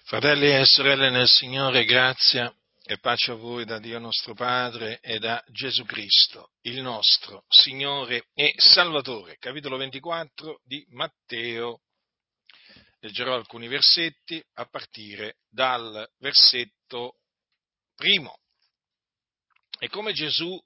Fratelli e sorelle nel Signore, grazia e pace a voi da Dio nostro Padre e da Gesù Cristo, il nostro Signore e Salvatore. Capitolo 24 di Matteo. Leggerò alcuni versetti a partire dal versetto primo. E come Gesù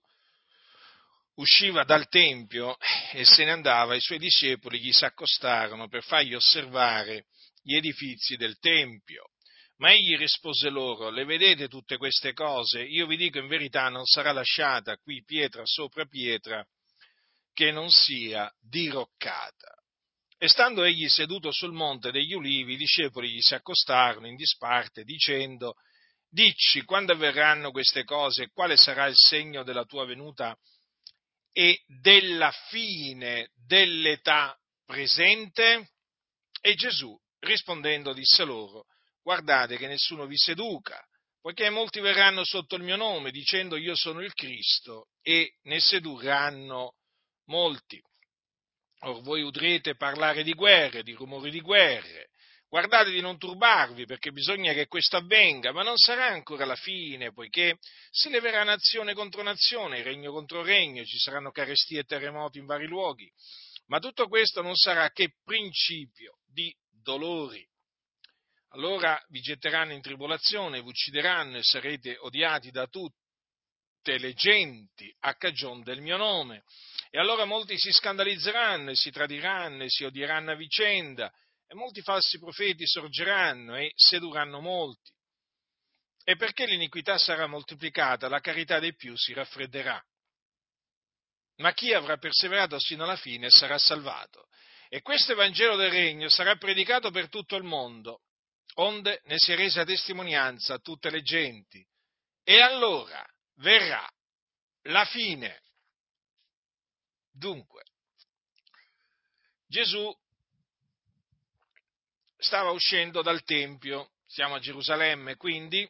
usciva dal Tempio e se ne andava, i suoi discepoli gli si accostarono per fargli osservare gli edifizi del Tempio. Ma egli rispose loro: le vedete tutte queste cose? Io vi dico in verità, non sarà lasciata qui pietra sopra pietra che non sia diroccata. E stando egli seduto sul monte degli Ulivi, i discepoli gli si accostarono in disparte dicendo: dici, quando avverranno queste cose, quale sarà il segno della tua venuta e della fine dell'età presente? E Gesù, rispondendo, disse loro: guardate che nessuno vi seduca, poiché molti verranno sotto il mio nome, dicendo io sono il Cristo, e ne sedurranno molti. Or voi udrete parlare di guerre, di rumori di guerre. Guardate di non turbarvi, perché bisogna che questo avvenga, ma non sarà ancora la fine, poiché si leverà nazione contro nazione, regno contro regno, ci saranno carestie e terremoti in vari luoghi. Ma tutto questo non sarà che principio di dolori. Allora vi getteranno in tribolazione, vi uccideranno e sarete odiati da tutte le genti a cagion del mio nome. E allora molti si scandalizzeranno e si tradiranno e si odieranno a vicenda, e molti falsi profeti sorgeranno e sedurranno molti. E perché l'iniquità sarà moltiplicata, la carità dei più si raffredderà. Ma chi avrà perseverato sino alla fine sarà salvato. E questo Evangelo del Regno sarà predicato per tutto il mondo, onde ne sia resa testimonianza a tutte le genti. E allora verrà la fine. Dunque, Gesù stava uscendo dal Tempio, siamo a Gerusalemme quindi,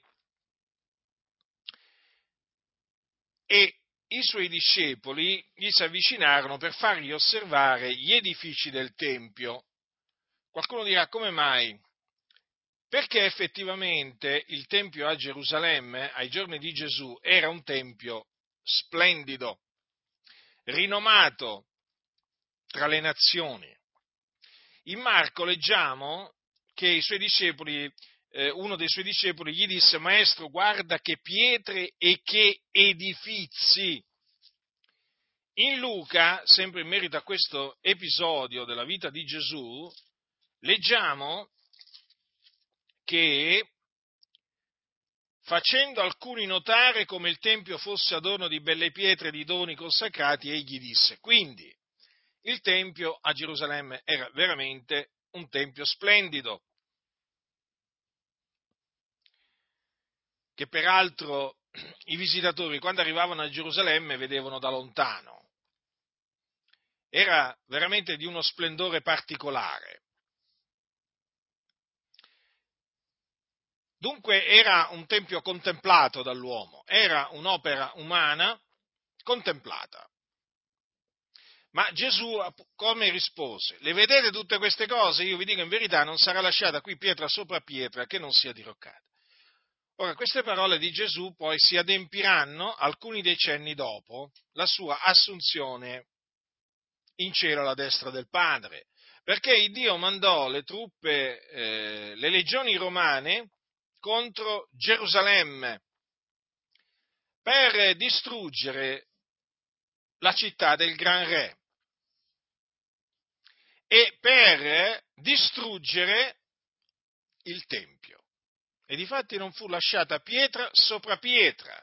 e i suoi discepoli gli si avvicinarono per fargli osservare gli edifici del Tempio. Qualcuno dirà: come mai? Perché effettivamente il Tempio a Gerusalemme, ai giorni di Gesù, era un Tempio splendido, rinomato tra le nazioni. In Marco leggiamo che i suoi discepoli, uno dei suoi discepoli gli disse: Maestro, guarda che pietre e che edifici. In Luca, sempre in merito a questo episodio della vita di Gesù, leggiamo che, facendo alcuni notare come il Tempio fosse adorno di belle pietre e di doni consacrati, egli disse: quindi il Tempio a Gerusalemme era veramente un Tempio splendido, che peraltro i visitatori, quando arrivavano a Gerusalemme, vedevano da lontano. Era veramente di uno splendore particolare. Dunque era un tempio contemplato dall'uomo, era un'opera umana contemplata. Ma Gesù come rispose? Le vedete tutte queste cose? Io vi dico in verità, non sarà lasciata qui pietra sopra pietra che non sia diroccata. Ora, queste parole di Gesù poi si adempiranno alcuni decenni dopo la sua assunzione in cielo alla destra del Padre, perché il Dio mandò le truppe, le legioni romane contro Gerusalemme per distruggere la città del Gran Re e per distruggere il Tempio. E difatti non fu lasciata pietra sopra pietra.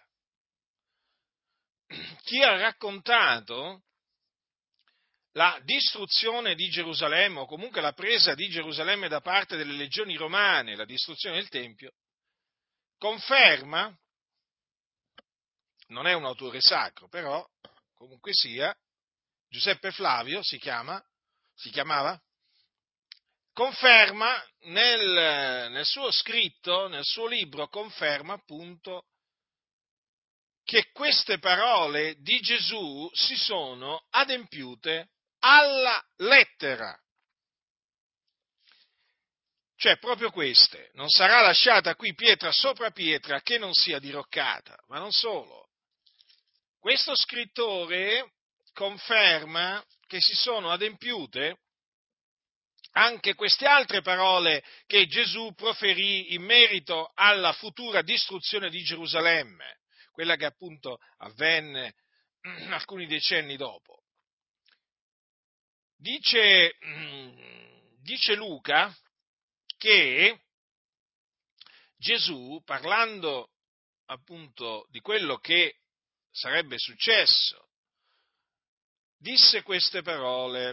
Chi ha raccontato la distruzione di Gerusalemme, o comunque la presa di Gerusalemme da parte delle legioni romane, la distruzione del Tempio, conferma, non è un autore sacro, però comunque sia, Giuseppe Flavio si chiamava, conferma nel suo scritto, nel suo libro, conferma appunto che queste parole di Gesù si sono adempiute alla lettera. Cioè, proprio queste. Non sarà lasciata qui pietra sopra pietra che non sia diroccata. Ma non solo. Questo scrittore conferma che si sono adempiute anche queste altre parole che Gesù proferì in merito alla futura distruzione di Gerusalemme, quella che appunto avvenne alcuni decenni dopo. Dice Luca che Gesù, parlando appunto di quello che sarebbe successo, disse queste parole.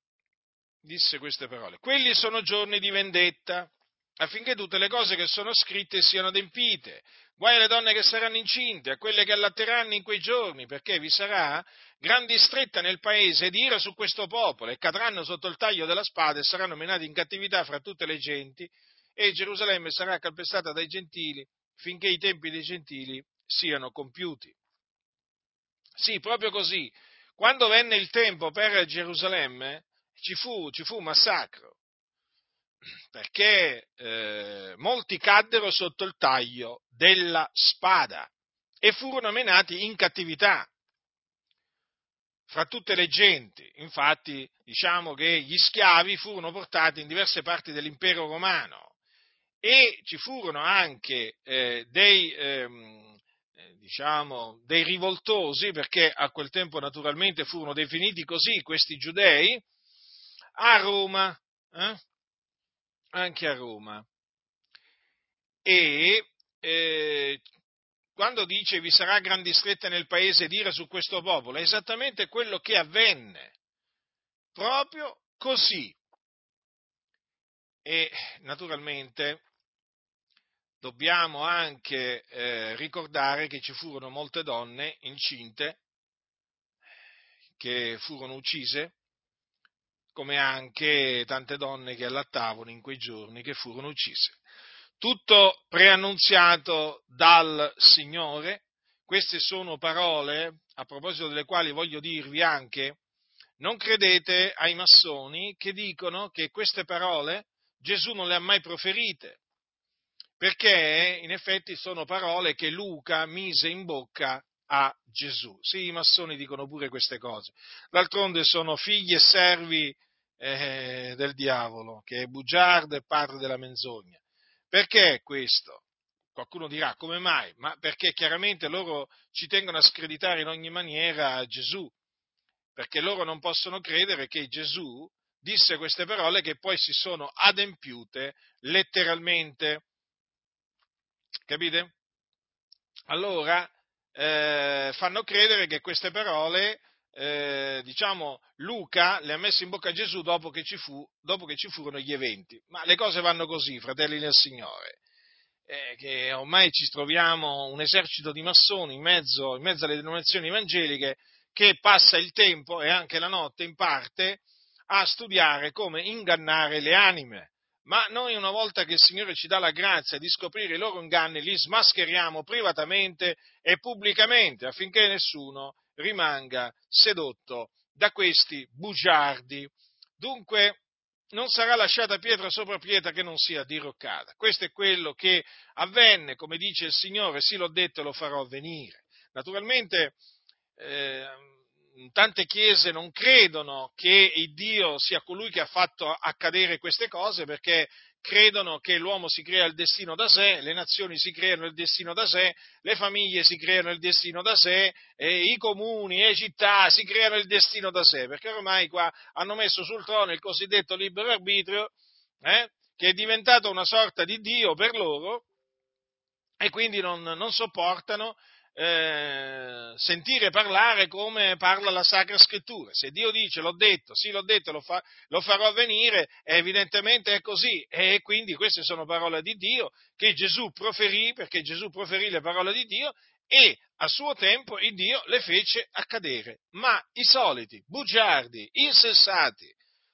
Quelli sono giorni di vendetta, affinché tutte le cose che sono scritte siano adempite. Guai alle donne che saranno incinte, a quelle che allatteranno in quei giorni, perché vi sarà gran distretta nel paese ed ira su questo popolo, e cadranno sotto il taglio della spada e saranno menati in cattività fra tutte le genti, e Gerusalemme sarà calpestata dai gentili, finché i tempi dei gentili siano compiuti. Sì, proprio così. Quando venne il tempo per Gerusalemme, ci fu un massacro, perché molti caddero sotto il taglio della spada e furono menati in cattività fra tutte le genti. Infatti, diciamo che gli schiavi furono portati in diverse parti dell'impero romano e ci furono anche dei rivoltosi, perché a quel tempo naturalmente furono definiti così questi giudei, a Roma, anche a Roma. E quando dice vi sarà gran distretta nel paese ed ira su questo popolo, è esattamente quello che avvenne, proprio così. E naturalmente dobbiamo anche ricordare che ci furono molte donne incinte che furono uccise, come anche tante donne che allattavano in quei giorni che furono uccise. Tutto preannunziato dal Signore. Queste sono parole a proposito delle quali voglio dirvi anche: non credete ai massoni che dicono che queste parole Gesù non le ha mai proferite, perché in effetti sono parole che Luca mise in bocca a Gesù. Sì, i massoni dicono pure queste cose. D'altronde sono figli e servi del diavolo, che è bugiardo e padre della menzogna. Perché questo? Qualcuno dirà, come mai? Ma perché chiaramente loro ci tengono a screditare in ogni maniera Gesù, perché loro non possono credere che Gesù disse queste parole che poi si sono adempiute letteralmente. Capite? Allora fanno credere che queste parole, Luca le ha messe in bocca a Gesù dopo che ci furono gli eventi. Ma le cose vanno così, fratelli del Signore, che ormai ci troviamo un esercito di massoni in mezzo alle denominazioni evangeliche, che passa il tempo e anche la notte in parte a studiare come ingannare le anime. Ma noi, una volta che il Signore ci dà la grazia di scoprire i loro inganni, li smascheriamo privatamente e pubblicamente, affinché nessuno rimanga sedotto da questi bugiardi. Dunque, non sarà lasciata pietra sopra pietra che non sia diroccata. Questo è quello che avvenne, come dice il Signore: sì, l'ho detto e lo farò avvenire. Naturalmente, eh, tante chiese non credono che il Dio sia colui che ha fatto accadere queste cose, perché credono che l'uomo si crea il destino da sé, le nazioni si creano il destino da sé, le famiglie si creano il destino da sé, i comuni e le città si creano il destino da sé, perché ormai qua hanno messo sul trono il cosiddetto libero arbitrio, che è diventato una sorta di Dio per loro, e quindi non sopportano sentire parlare come parla la Sacra Scrittura. Se Dio dice l'ho detto, sì l'ho detto, lo farò avvenire, evidentemente è così, e quindi queste sono parole di Dio che Gesù proferì, perché Gesù proferì le parole di Dio e a suo tempo il Dio le fece accadere. Ma i soliti bugiardi, insensati,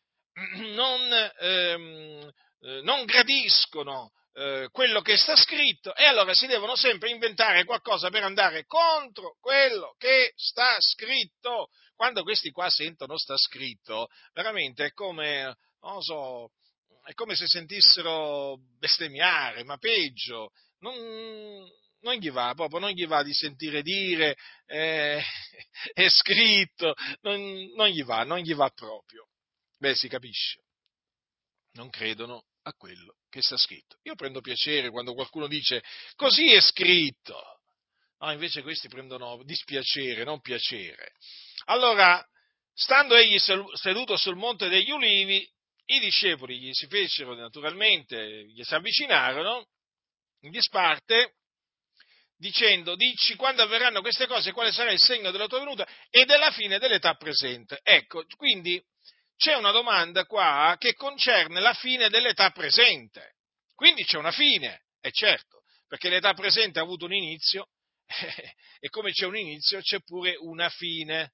non gradiscono quello che sta scritto, e allora si devono sempre inventare qualcosa per andare contro quello che sta scritto. Quando questi qua sentono sta scritto, veramente è come, non so, è come se sentissero bestemmiare, ma peggio, non gli va, proprio non gli va di sentire dire, è scritto, non gli va proprio. Beh, si capisce, non credono a quello che sta scritto. Io prendo piacere quando qualcuno dice, così è scritto. No, invece questi prendono dispiacere, non piacere. Allora, stando egli seduto sul monte degli ulivi, i discepoli gli si fecero naturalmente, gli si avvicinarono in disparte, dicendo, dici quando avverranno queste cose, quale sarà il segno della tua venuta e della fine dell'età presente. Ecco, quindi c'è una domanda qua che concerne la fine dell'età presente. Quindi c'è una fine, è certo, perché l'età presente ha avuto un inizio, e come c'è un inizio c'è pure una fine.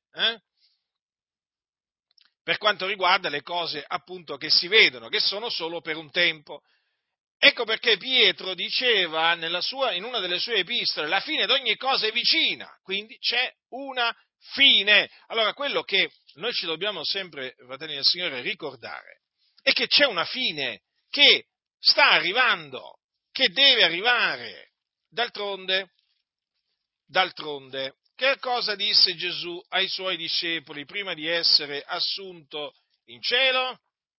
Per quanto riguarda le cose appunto che si vedono, che sono solo per un tempo. Ecco perché Pietro diceva in una delle sue epistole, la fine di ogni cosa è vicina, quindi c'è una fine. Allora quello che noi ci dobbiamo sempre, fratelli del Signore, ricordare è che c'è una fine che sta arrivando, che deve arrivare. D'altronde, che cosa disse Gesù ai suoi discepoli prima di essere assunto in cielo?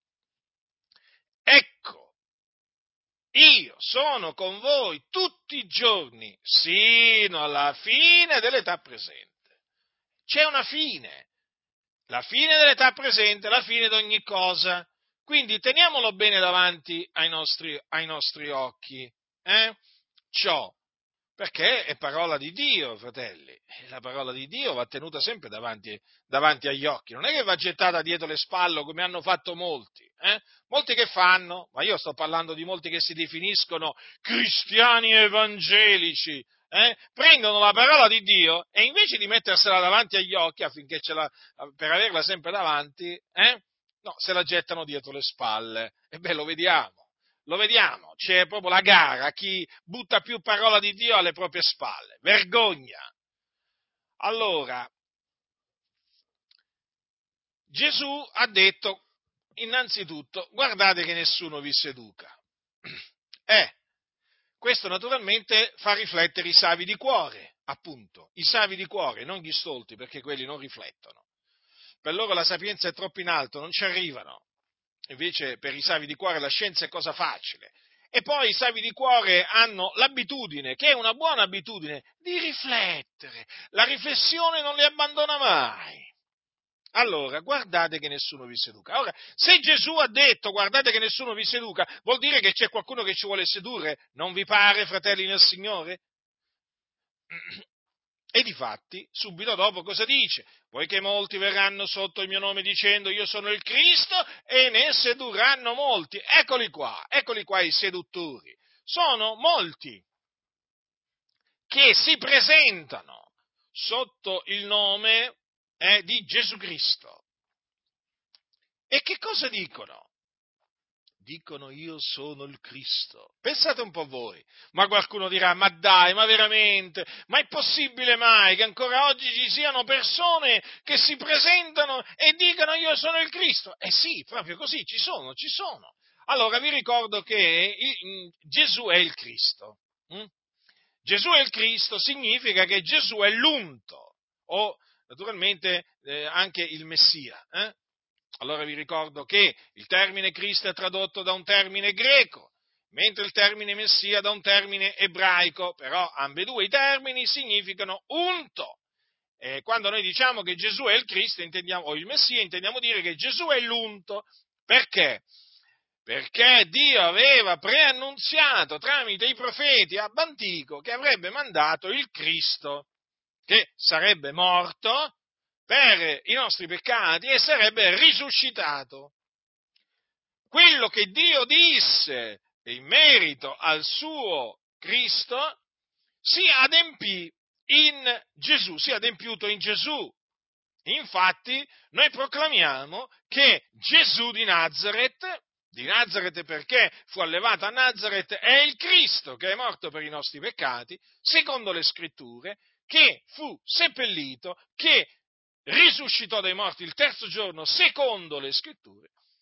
Ecco, io sono con voi tutti i giorni, sino alla fine dell'età presente. C'è una fine, la fine dell'età presente, la fine di ogni cosa. Quindi teniamolo bene davanti ai nostri occhi. Ciò, perché è parola di Dio, fratelli. E la parola di Dio va tenuta sempre davanti agli occhi. Non è che va gettata dietro le spalle come hanno fatto molti. Molti che fanno, ma io sto parlando di molti che si definiscono cristiani evangelici, prendono la parola di Dio e invece di mettersela davanti agli occhi affinché per averla sempre davanti, no, se la gettano dietro le spalle. E beh, lo vediamo, c'è proprio la gara, chi butta più parola di Dio alle proprie spalle. Vergogna! Allora, Gesù ha detto, innanzitutto, guardate che nessuno vi seduca. Questo naturalmente fa riflettere i savi di cuore, appunto, i savi di cuore, non gli stolti, perché quelli non riflettono. Per loro la sapienza è troppo in alto, non ci arrivano. Invece per i savi di cuore la scienza è cosa facile. E poi i savi di cuore hanno l'abitudine, che è una buona abitudine, di riflettere. La riflessione non li abbandona mai. Allora, guardate che nessuno vi seduca. Ora, se Gesù ha detto guardate che nessuno vi seduca, vuol dire che c'è qualcuno che ci vuole sedurre? Non vi pare, fratelli nel Signore? E difatti, subito dopo cosa dice? Poiché molti verranno sotto il mio nome dicendo io sono il Cristo e ne sedurranno molti. Eccoli qua i seduttori. Sono molti che si presentano sotto il nome di Gesù Cristo. E che cosa dicono? Dicono io sono il Cristo. Pensate un po' voi. Ma qualcuno dirà, ma dai, ma veramente, ma è possibile mai che ancora oggi ci siano persone che si presentano e dicono io sono il Cristo? Eh sì, proprio così, ci sono. Allora vi ricordo che Gesù è il Cristo. Gesù è il Cristo significa che Gesù è l'unto, o naturalmente anche il Messia. Allora vi ricordo che il termine Cristo è tradotto da un termine greco, mentre il termine Messia da un termine ebraico, però ambedue i termini significano unto. E quando noi diciamo che Gesù è il Cristo o il Messia, intendiamo dire che Gesù è l'unto. Perché? Perché Dio aveva preannunziato tramite i profeti ab antico che avrebbe mandato il Cristo, che sarebbe morto per i nostri peccati e sarebbe risuscitato. Quello che Dio disse in merito al suo Cristo si adempì in Gesù, si è adempiuto in Gesù. Infatti, noi proclamiamo che Gesù di Nazaret perché fu allevato a Nazaret, è il Cristo che è morto per i nostri peccati, secondo le scritture, che fu seppellito, che risuscitò dai morti il terzo giorno, secondo le scritture,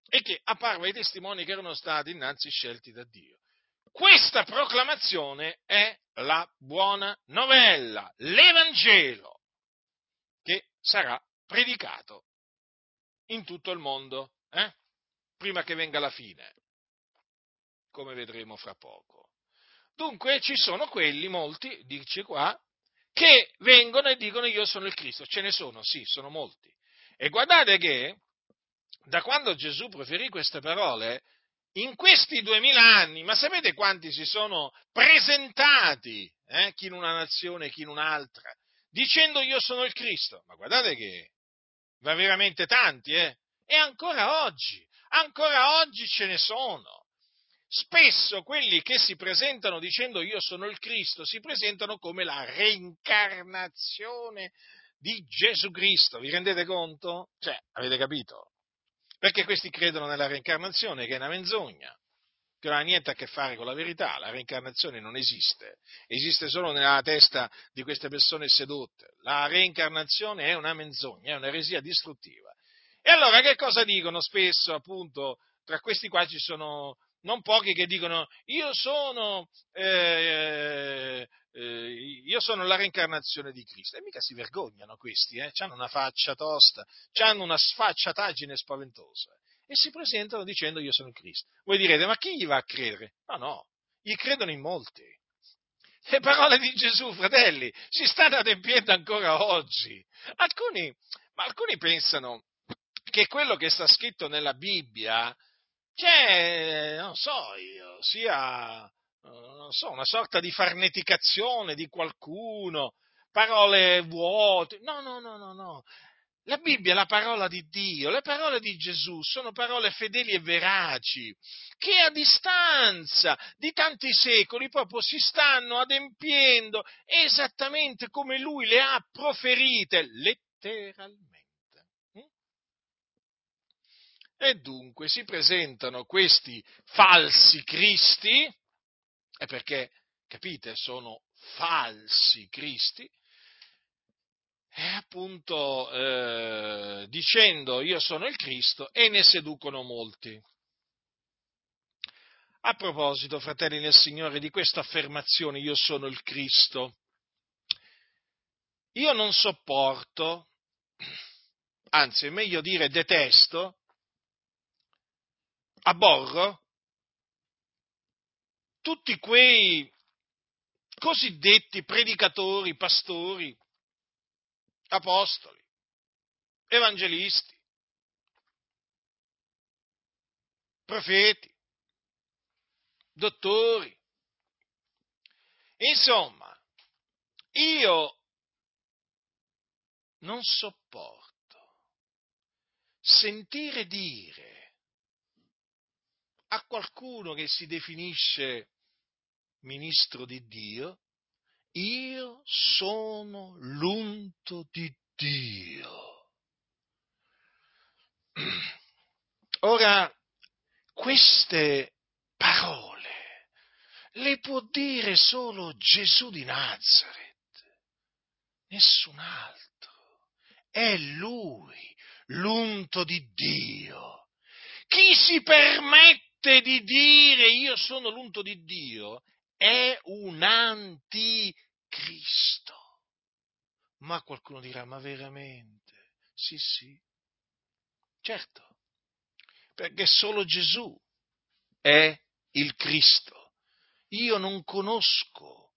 e che apparve ai testimoni che erano stati innanzi scelti da Dio. Questa proclamazione è la buona novella, l'Evangelo, che sarà predicato in tutto il mondo, prima che venga la fine, come vedremo fra poco. Dunque ci sono quelli, molti, dice qua, che vengono e dicono io sono il Cristo. Ce ne sono, sì, sono molti. E guardate che da quando Gesù proferì queste parole, in questi 2000 anni, ma sapete quanti si sono presentati, chi in una nazione, chi in un'altra, dicendo io sono il Cristo? Ma guardate che va veramente tanti, E ancora oggi ce ne sono. Spesso quelli che si presentano dicendo io sono il Cristo, si presentano come la reincarnazione di Gesù Cristo. Vi rendete conto? Cioè, avete capito? Perché questi credono nella reincarnazione, che è una menzogna, che non ha niente a che fare con la verità. La reincarnazione non esiste, esiste solo nella testa di queste persone sedotte. La reincarnazione è una menzogna, è un'eresia distruttiva. E allora che cosa dicono spesso, appunto, tra questi qua ci sono non pochi che dicono io sono la reincarnazione di Cristo. E mica si vergognano questi, hanno una faccia tosta, hanno una sfacciataggine spaventosa. E si presentano dicendo io sono il Cristo. Voi direte, ma chi gli va a credere? No, gli credono in molti. Le parole di Gesù, fratelli, si stanno adempiendo ancora oggi. Alcuni pensano che quello che sta scritto nella Bibbia, non so io, sia, non so, una sorta di farneticazione di qualcuno, parole vuote. No. La Bibbia è la parola di Dio, le parole di Gesù sono parole fedeli e veraci, che a distanza di tanti secoli proprio si stanno adempiendo esattamente come Lui le ha proferite, letteralmente. E dunque si presentano questi falsi cristi, e perché, capite, sono falsi cristi, e appunto dicendo io sono il Cristo, e ne seducono molti. A proposito, fratelli nel Signore, di questa affermazione io sono il Cristo, io non sopporto, anzi è meglio dire detesto, abborro tutti quei cosiddetti predicatori, pastori, apostoli, evangelisti, profeti, dottori. Insomma, io non sopporto sentire dire a qualcuno che si definisce ministro di Dio, io sono l'unto di Dio. Ora, queste parole le può dire solo Gesù di Nazaret, nessun altro. È Lui, l'unto di Dio. Chi si permette di dire io sono l'unto di Dio è un anticristo. Ma qualcuno dirà, ma veramente? Sì, certo, perché solo Gesù è il Cristo. Io non conosco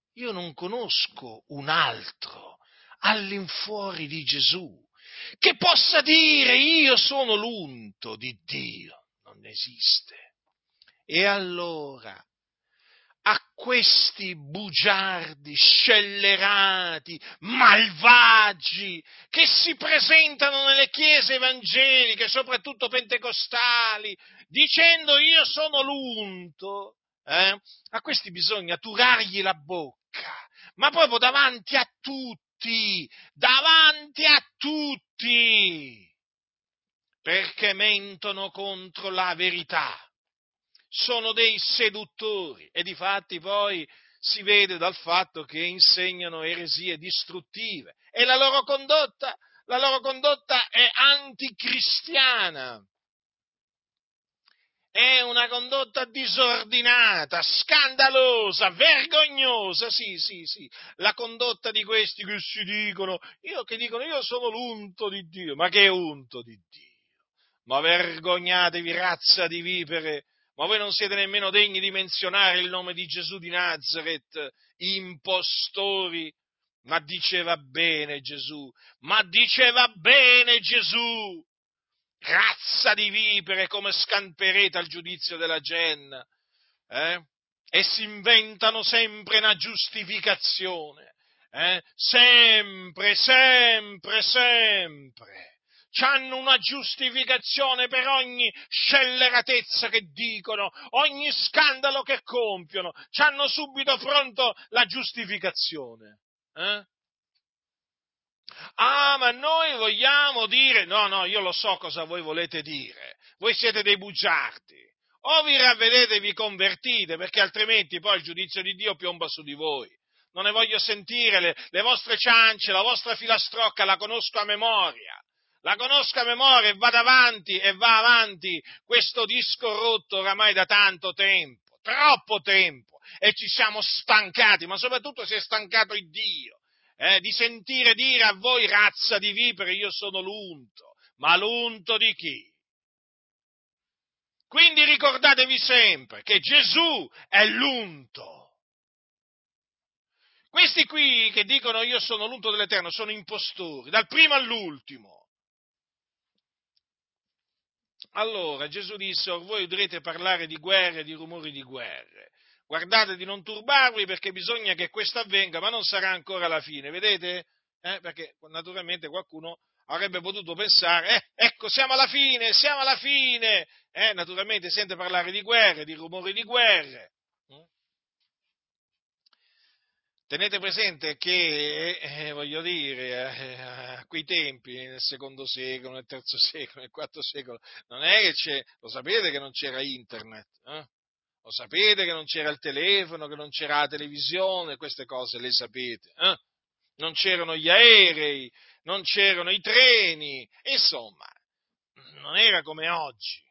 un altro all'infuori di Gesù che possa dire io sono l'unto di Dio. Non esiste. E allora a questi bugiardi, scellerati, malvagi, che si presentano nelle chiese evangeliche, soprattutto pentecostali, dicendo io sono l'unto, a questi bisogna turargli la bocca, ma proprio davanti a tutti, perché mentono contro la verità. Sono dei seduttori e difatti poi si vede dal fatto che insegnano eresie distruttive e la loro condotta è anticristiana. È una condotta disordinata, scandalosa, vergognosa, sì, sì, sì, la condotta di questi che si dicono, che dicono io sono l'unto di Dio, ma che unto di Dio? Ma vergognatevi, razza di vipere, ma voi non siete nemmeno degni di menzionare il nome di Gesù di Nazaret, impostori, ma diceva bene Gesù, ma diceva bene Gesù! Razza di vipere, come scamperete al giudizio della genna, eh? E si inventano sempre una giustificazione, sempre, sempre, sempre. C'hanno una giustificazione per ogni scelleratezza che dicono, ogni scandalo che compiono, c'hanno subito pronto la giustificazione. Ah, ma noi vogliamo dire, no, no, io lo so cosa voi volete dire, voi siete dei bugiardi, o vi ravvedete e vi convertite, perché altrimenti poi il giudizio di Dio piomba su di voi. Non ne voglio sentire, le vostre ciance, la vostra filastrocca la conosco a memoria. La conosco a memoria e va avanti questo disco rotto oramai da tanto tempo, troppo tempo, e ci siamo stancati, ma soprattutto si è stancato il Dio. Di sentire dire a voi, razza di vipere, io sono l'unto, ma l'unto di chi? Quindi ricordatevi sempre che Gesù è l'unto. Questi qui che dicono io sono l'unto dell'Eterno sono impostori, dal primo all'ultimo. Allora Gesù disse, voi udrete parlare di guerre e di rumori di guerre. Guardate di non turbarvi perché bisogna che questo avvenga, ma non sarà ancora la fine, vedete? Perché naturalmente qualcuno avrebbe potuto pensare, ecco, siamo alla fine, siamo alla fine. Naturalmente sente parlare di guerre, di rumori di guerre. Tenete presente che, voglio dire, a quei tempi, nel secondo secolo, nel terzo secolo, nel quarto secolo, non è che lo sapete che non c'era internet, Lo sapete che non c'era il telefono, che non c'era la televisione, queste cose le sapete, Non c'erano gli aerei, non c'erano i treni, insomma, non era come oggi,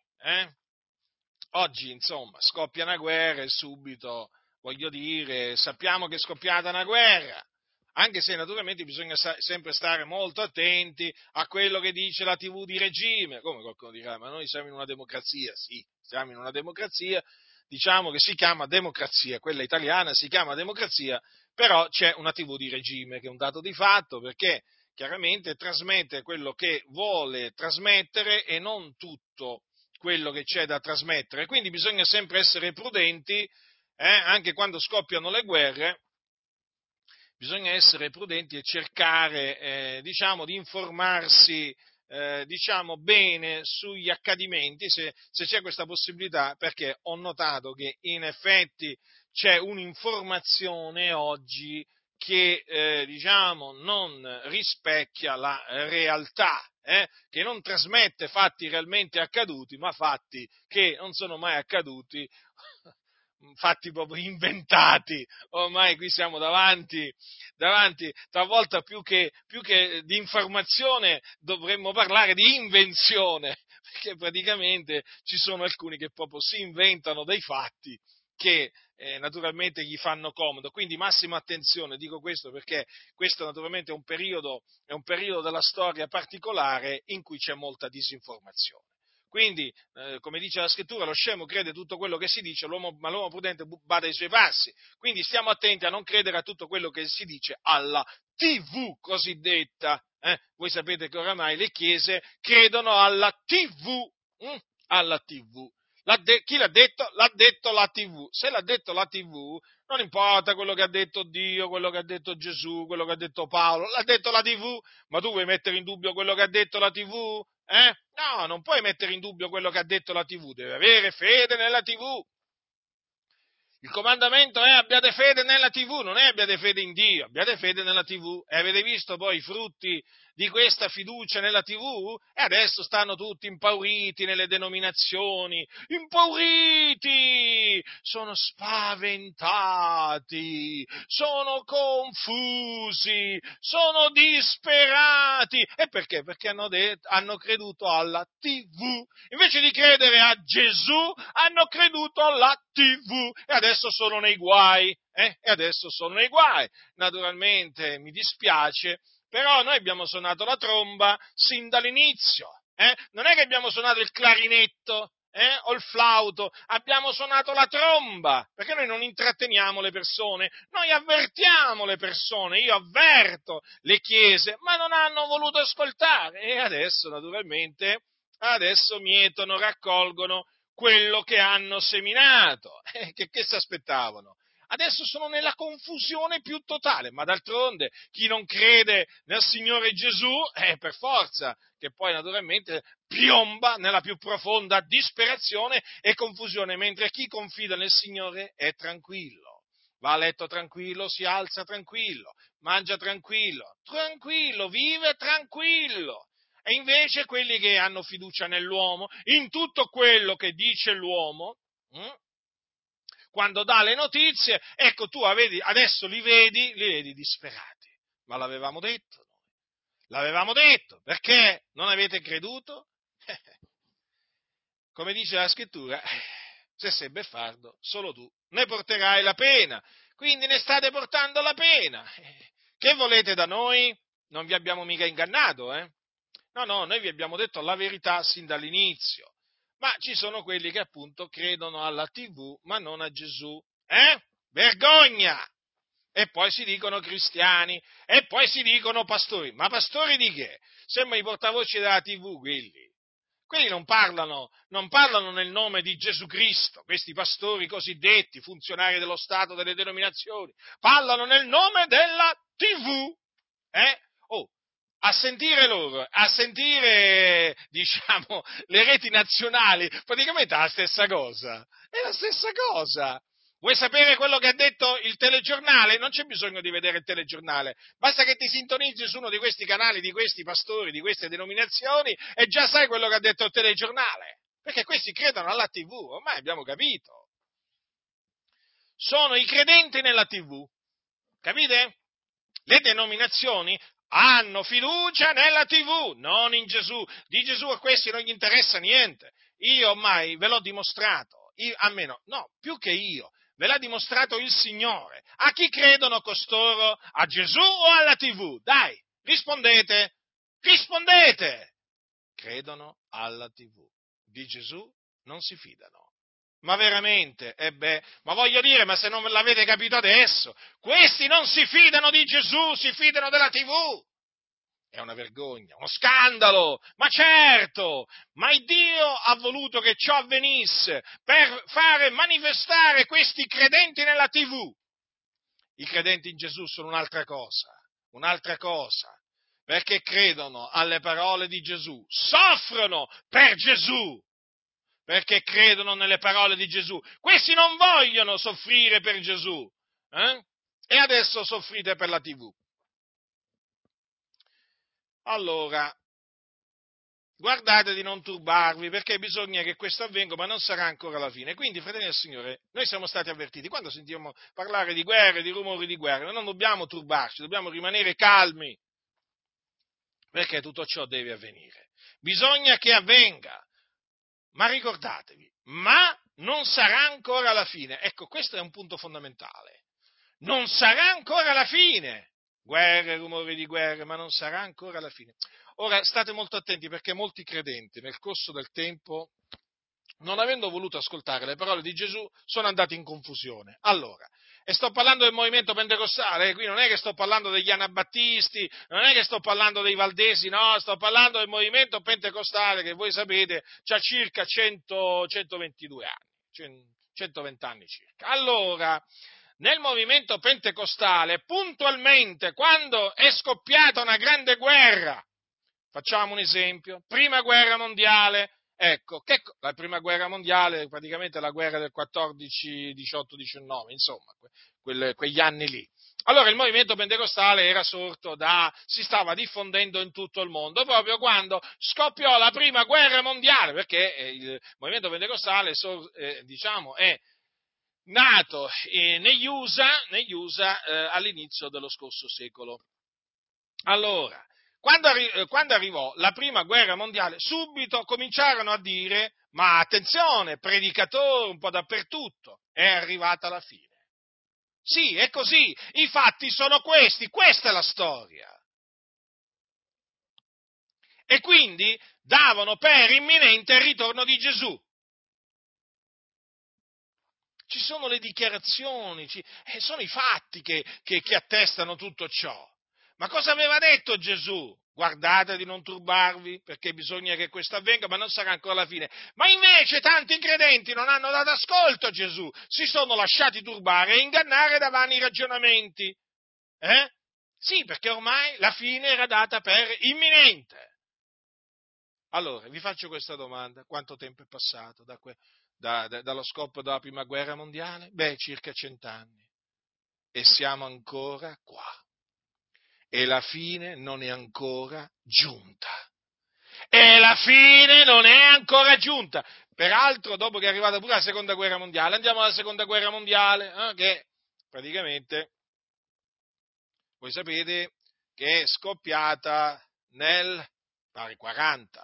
Oggi, insomma, scoppia una guerra e subito, voglio dire, sappiamo che è scoppiata una guerra, anche se naturalmente bisogna sempre stare molto attenti a quello che dice la TV di regime. Come qualcuno dirà, ma noi siamo in una democrazia, sì, siamo in una democrazia, diciamo che si chiama democrazia, quella italiana si chiama democrazia, però c'è una TV di regime che è un dato di fatto, perché chiaramente trasmette quello che vuole trasmettere e non tutto quello che c'è da trasmettere. Quindi bisogna sempre essere prudenti, anche quando scoppiano le guerre, bisogna essere prudenti e cercare, di informarsi, bene sugli accadimenti, se c'è questa possibilità, perché ho notato che in effetti c'è un'informazione oggi che, non rispecchia la realtà, che non trasmette fatti realmente accaduti, ma fatti che non sono mai accaduti, fatti proprio inventati. Ormai qui siamo davanti, talvolta più che di informazione dovremmo parlare di invenzione, perché praticamente ci sono alcuni che proprio si inventano dei fatti che naturalmente gli fanno comodo. Quindi massima attenzione, dico questo perché questo naturalmente è un periodo della storia particolare in cui c'è molta disinformazione. Quindi, come dice la scrittura, lo scemo crede tutto quello che si dice, ma l'uomo prudente bada ai suoi passi. Quindi stiamo attenti a non credere a tutto quello che si dice alla TV cosiddetta. Voi sapete che oramai le chiese credono alla TV. Alla TV. Chi l'ha detto? L'ha detto la TV. Se l'ha detto la TV, non importa quello che ha detto Dio, quello che ha detto Gesù, quello che ha detto Paolo, l'ha detto la TV. Ma tu vuoi mettere in dubbio quello che ha detto la TV? No, non puoi mettere in dubbio quello che ha detto la TV, deve avere fede nella TV. Il comandamento è abbiate fede nella TV, non è abbiate fede in Dio, abbiate fede nella TV. E avete visto poi i frutti di questa fiducia nella TV e adesso stanno tutti impauriti nelle denominazioni, impauriti, sono spaventati, sono confusi, sono disperati. E perché? Perché hanno creduto alla TV. Invece di credere a Gesù, hanno creduto alla TV e adesso sono nei guai. E adesso sono nei guai. Naturalmente mi dispiace, però noi abbiamo suonato la tromba sin dall'inizio. Non è che abbiamo suonato il clarinetto o il flauto, abbiamo suonato la tromba, perché noi non intratteniamo le persone, noi avvertiamo le persone, io avverto le chiese, ma non hanno voluto ascoltare e adesso naturalmente, adesso mietono, raccolgono quello che hanno seminato. Che si aspettavano? Adesso sono nella confusione più totale, ma d'altronde chi non crede nel Signore Gesù, per forza, che poi naturalmente piomba nella più profonda disperazione e confusione, mentre chi confida nel Signore è tranquillo. Va a letto tranquillo, si alza tranquillo, mangia tranquillo, vive tranquillo. E invece quelli che hanno fiducia nell'uomo, in tutto quello che dice l'uomo, quando dà le notizie, ecco tu adesso li vedi disperati. Ma l'avevamo detto noi. L'avevamo detto, perché non avete creduto? Come dice la scrittura, se sei beffardo, solo tu ne porterai la pena. Quindi ne state portando la pena. Che volete da noi? Non vi abbiamo mica ingannato, No, noi vi abbiamo detto la verità sin dall'inizio. Ma ci sono quelli che appunto credono alla TV, ma non a Gesù. Vergogna! E poi si dicono cristiani, e poi si dicono pastori. Ma pastori di che? Sembra i portavoce della TV quelli. Quelli non parlano nel nome di Gesù Cristo, questi pastori cosiddetti, funzionari dello Stato, delle denominazioni, parlano nel nome della TV. Oh, a sentire, diciamo, le reti nazionali, praticamente è la stessa cosa. È la stessa cosa. Vuoi sapere quello che ha detto il telegiornale? Non c'è bisogno di vedere il telegiornale, basta che ti sintonizzi su uno di questi canali, di questi pastori, di queste denominazioni e già sai quello che ha detto il telegiornale, perché questi credono alla TV, ormai abbiamo capito. Sono i credenti nella TV, capite? Le denominazioni hanno fiducia nella TV, non in Gesù. Di Gesù a questi non gli interessa niente. Io ormai ve l'ho dimostrato, almeno, no, più che io, ve l'ha dimostrato il Signore. A chi credono costoro? A Gesù o alla TV? Dai, rispondete! Credono alla TV. Di Gesù non si fidano. Ma veramente? Ma voglio dire, ma se non l'avete capito adesso, questi non si fidano di Gesù, si fidano della TV. È una vergogna, uno scandalo, ma certo, ma il Dio ha voluto che ciò avvenisse per fare manifestare questi credenti nella TV. I credenti in Gesù sono un'altra cosa, perché credono alle parole di Gesù, soffrono per Gesù, perché credono nelle parole di Gesù. Questi non vogliono soffrire per Gesù, e adesso soffrite per la TV. Allora, guardate di non turbarvi, perché bisogna che questo avvenga, ma non sarà ancora la fine. Quindi, fratelli del Signore, noi siamo stati avvertiti, quando sentiamo parlare di guerre, di rumori di guerra, non dobbiamo turbarci, dobbiamo rimanere calmi, perché tutto ciò deve avvenire. Bisogna che avvenga, ma ricordatevi, ma non sarà ancora la fine. Ecco, questo è un punto fondamentale. Non sarà ancora la fine. Guerre, rumori di guerre, ma non sarà ancora la fine. Ora, state molto attenti perché molti credenti nel corso del tempo, non avendo voluto ascoltare le parole di Gesù, sono andati in confusione. Allora, e sto parlando del movimento pentecostale, qui non è che sto parlando degli anabattisti, non è che sto parlando dei valdesi, no, sto parlando del movimento pentecostale che voi sapete c'ha circa 122 anni, 120 anni circa. Allora, nel movimento pentecostale, puntualmente, quando è scoppiata una grande guerra, facciamo un esempio, prima guerra mondiale, Ecco, la prima guerra mondiale, praticamente la guerra del 14, 18, 19, insomma, quegli anni lì. Allora il movimento pentecostale era sorto si stava diffondendo in tutto il mondo, proprio quando scoppiò la prima guerra mondiale, perché il movimento pentecostale, diciamo, è nato negli USA all'inizio dello scorso secolo. Allora, quando arrivò la prima guerra mondiale, subito cominciarono a dire, ma attenzione, predicatori un po' dappertutto, è arrivata la fine. Sì, è così, i fatti sono questa è la storia. E quindi davano per imminente il ritorno di Gesù. Ci sono le dichiarazioni, sono i fatti che attestano tutto ciò. Ma cosa aveva detto Gesù? Guardate di non turbarvi, perché bisogna che questo avvenga, ma non sarà ancora la fine. Ma invece tanti credenti non hanno dato ascolto a Gesù, si sono lasciati turbare e ingannare da vani ragionamenti. Sì, perché ormai la fine era data per imminente. Allora, vi faccio questa domanda: quanto tempo è passato dallo scoppio della prima guerra mondiale? Circa 100 anni. E siamo ancora qua. E la fine non è ancora giunta. E la fine non è ancora giunta. Peraltro, dopo che è arrivata pure la seconda guerra mondiale, andiamo alla seconda guerra mondiale, che praticamente, voi sapete, che è scoppiata nel 40.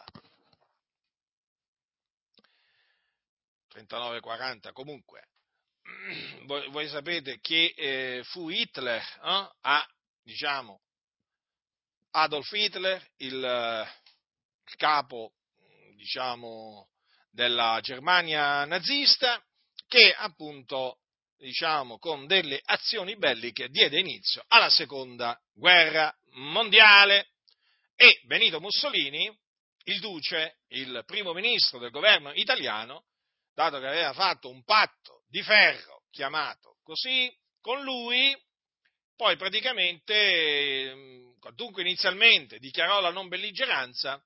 39-40, comunque, voi sapete che fu Hitler, diciamo, Adolf Hitler, il capo, diciamo, della Germania nazista, che appunto, diciamo, con delle azioni belliche diede inizio alla seconda guerra mondiale, e Benito Mussolini, il duce, il primo ministro del governo italiano, dato che aveva fatto un patto di ferro, chiamato così, con lui, poi praticamente, dunque inizialmente dichiarò la non belligeranza,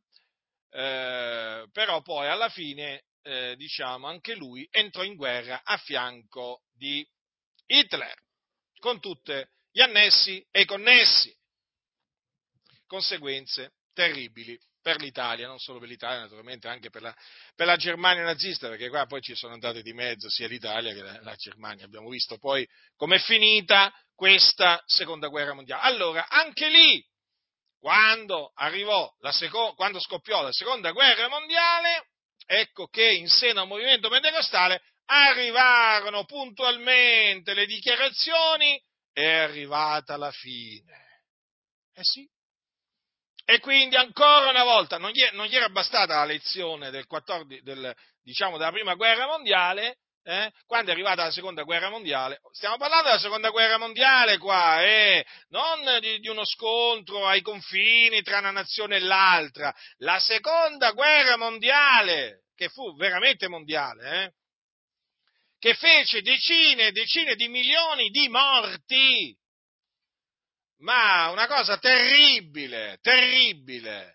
però poi alla fine, diciamo, anche lui entrò in guerra a fianco di Hitler, con tutti gli annessi e i connessi, conseguenze terribili per l'Italia, non solo per l'Italia, naturalmente anche per la Germania nazista, perché qua poi ci sono andate di mezzo sia l'Italia che la Germania. Abbiamo visto poi com'è finita questa seconda guerra mondiale. Allora, anche lì, quando scoppiò la seconda guerra mondiale, ecco che in seno al movimento pentecostale arrivarono puntualmente le dichiarazioni: è arrivata la fine. Sì. E quindi ancora una volta non gli era bastata la lezione della prima guerra mondiale, quando è arrivata la seconda guerra mondiale. Stiamo parlando della seconda guerra mondiale qua, non di uno scontro ai confini tra una nazione e l'altra. La seconda guerra mondiale, che fu veramente mondiale, che fece decine e decine di milioni di morti. Ma una cosa terribile, terribile.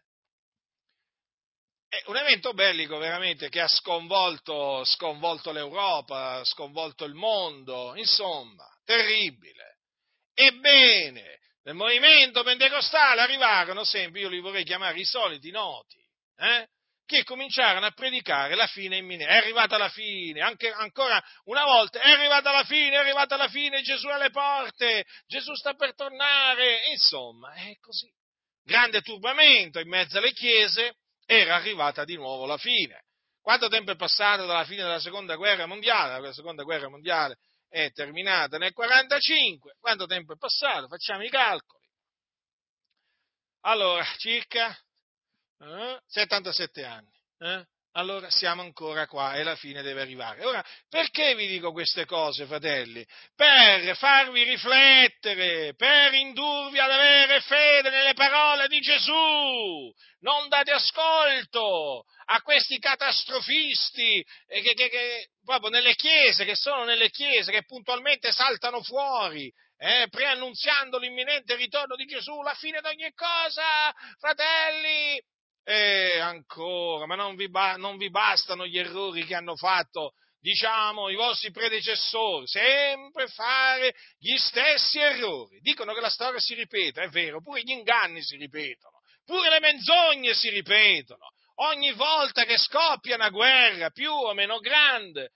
È un evento bellico veramente che ha sconvolto l'Europa, sconvolto il mondo, insomma, terribile. Ebbene, nel movimento pentecostale arrivarono sempre, io li vorrei chiamare i soliti noti, che cominciarono a predicare la fine imminente. È arrivata la fine, ancora una volta, è arrivata la fine, Gesù è alle porte, Gesù sta per tornare, insomma, è così. Grande turbamento in mezzo alle chiese, era arrivata di nuovo la fine. Quanto tempo è passato dalla fine della seconda guerra mondiale? La seconda guerra mondiale è terminata nel 1945. Quanto tempo è passato? Facciamo i calcoli. Allora, circa 77 anni. Allora siamo ancora qua e la fine deve arrivare. Ora, perché vi dico queste cose, fratelli? Per farvi riflettere, per indurvi ad avere fede nelle parole di Gesù. Non date ascolto a questi catastrofisti che proprio nelle chiese, che sono nelle chiese, che puntualmente saltano fuori, preannunziando l'imminente ritorno di Gesù, la fine di ogni cosa, fratelli. E ancora, ma non vi bastano gli errori che hanno fatto, diciamo, i vostri predecessori, sempre fare gli stessi errori. Dicono che la storia si ripete, è vero, pure gli inganni si ripetono, pure le menzogne si ripetono. Ogni volta che scoppia una guerra, più o meno grande,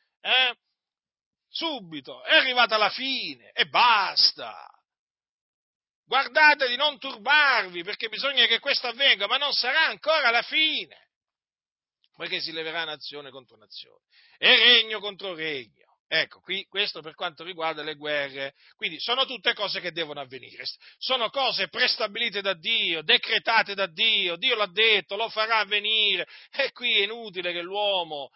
subito è arrivata la fine e basta. Guardate di non turbarvi, perché bisogna che questo avvenga, ma non sarà ancora la fine, poiché si leverà nazione contro nazione e regno contro regno. Ecco, qui questo per quanto riguarda le guerre. Quindi sono tutte cose che devono avvenire, sono cose prestabilite da Dio, decretate da Dio, Dio l'ha detto, lo farà avvenire, e qui è inutile che l'uomo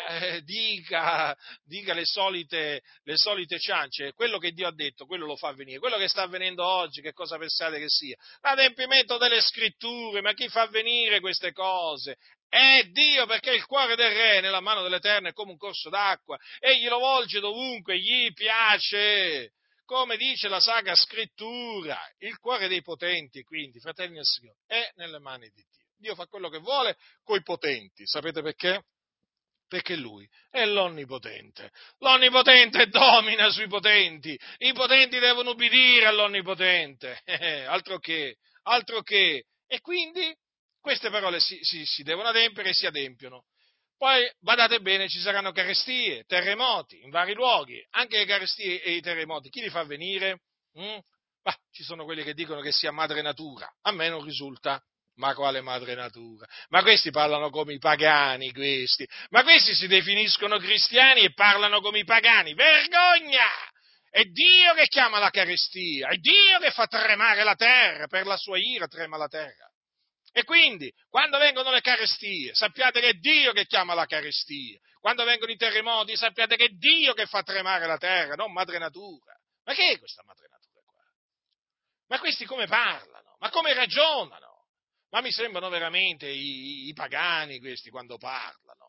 dica le solite ciance. Quello che Dio ha detto, quello lo fa avvenire. Quello che sta avvenendo oggi, che cosa pensate che sia? L'adempimento delle scritture, ma chi fa avvenire queste cose? È Dio, perché il cuore del re nella mano dell'Eterno è come un corso d'acqua, egli lo volge dovunque gli piace, come dice la Sacra Scrittura. Il cuore dei potenti, quindi, fratelli del Signore, è nelle mani di Dio. Dio fa quello che vuole coi potenti, sapete perché? Perché Lui è l'Onnipotente. L'Onnipotente domina sui potenti, i potenti devono ubbidire all'Onnipotente, altro che, altro che. E quindi queste parole si devono adempiere e si adempiono. Poi, badate bene, ci saranno carestie, terremoti in vari luoghi, anche le carestie e i terremoti. Chi li fa venire? Bah, ci sono quelli che dicono che sia madre natura, a me non risulta. Ma quale madre natura? Ma questi parlano come i pagani, questi. Ma questi si definiscono cristiani e parlano come i pagani. Vergogna! È Dio che chiama la carestia, è Dio che fa tremare la terra, per la sua ira trema la terra. E quindi, quando vengono le carestie, sappiate che è Dio che chiama la carestia. Quando vengono i terremoti, sappiate che è Dio che fa tremare la terra, non madre natura. Ma che è questa madre natura qua? Ma questi come parlano? Ma come ragionano? Ma mi sembrano veramente i pagani questi quando parlano.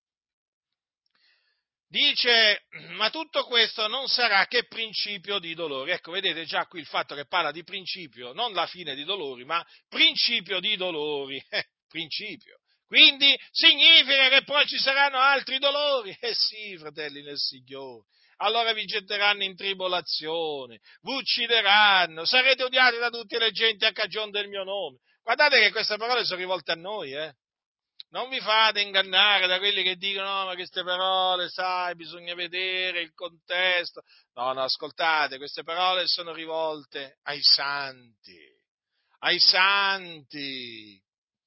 Dice, ma tutto questo non sarà che principio di dolori. Ecco, vedete già qui il fatto che parla di principio, non la fine di dolori, ma principio di dolori. Principio. Quindi significa che poi ci saranno altri dolori. Eh sì, fratelli nel Signore. Allora vi getteranno in tribolazione, vi uccideranno, sarete odiati da tutte le genti a cagione del mio nome. Guardate che queste parole sono rivolte a noi, eh. Non vi fate ingannare da quelli che dicono, no, ma queste parole, sai, bisogna vedere il contesto. No, no, ascoltate, queste parole sono rivolte ai santi, ai santi.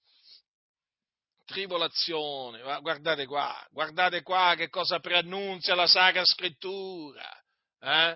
Tribolazione, guardate qua che cosa preannunzia la Sacra Scrittura. Eh?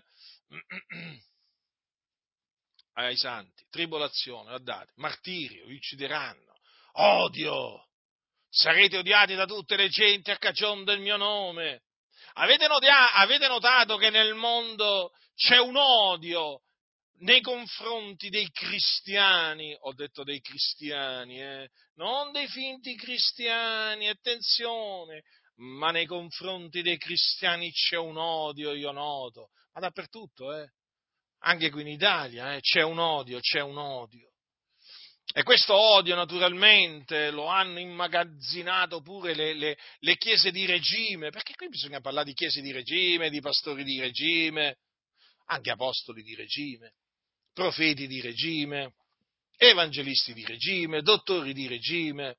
Ai santi, tribolazione, guardate, martirio, vi uccideranno, odio. Sarete odiati da tutte le genti a cagione del mio nome. Avete notato che nel mondo c'è un odio nei confronti dei cristiani? Ho detto dei cristiani, non dei finti cristiani, attenzione, ma nei confronti dei cristiani c'è un odio, io noto, ma dappertutto, anche qui in Italia, c'è un odio, c'è un odio. E questo odio naturalmente lo hanno immagazzinato pure le chiese di regime, perché qui bisogna parlare di chiese di regime, di pastori di regime, anche apostoli di regime, profeti di regime, evangelisti di regime, dottori di regime.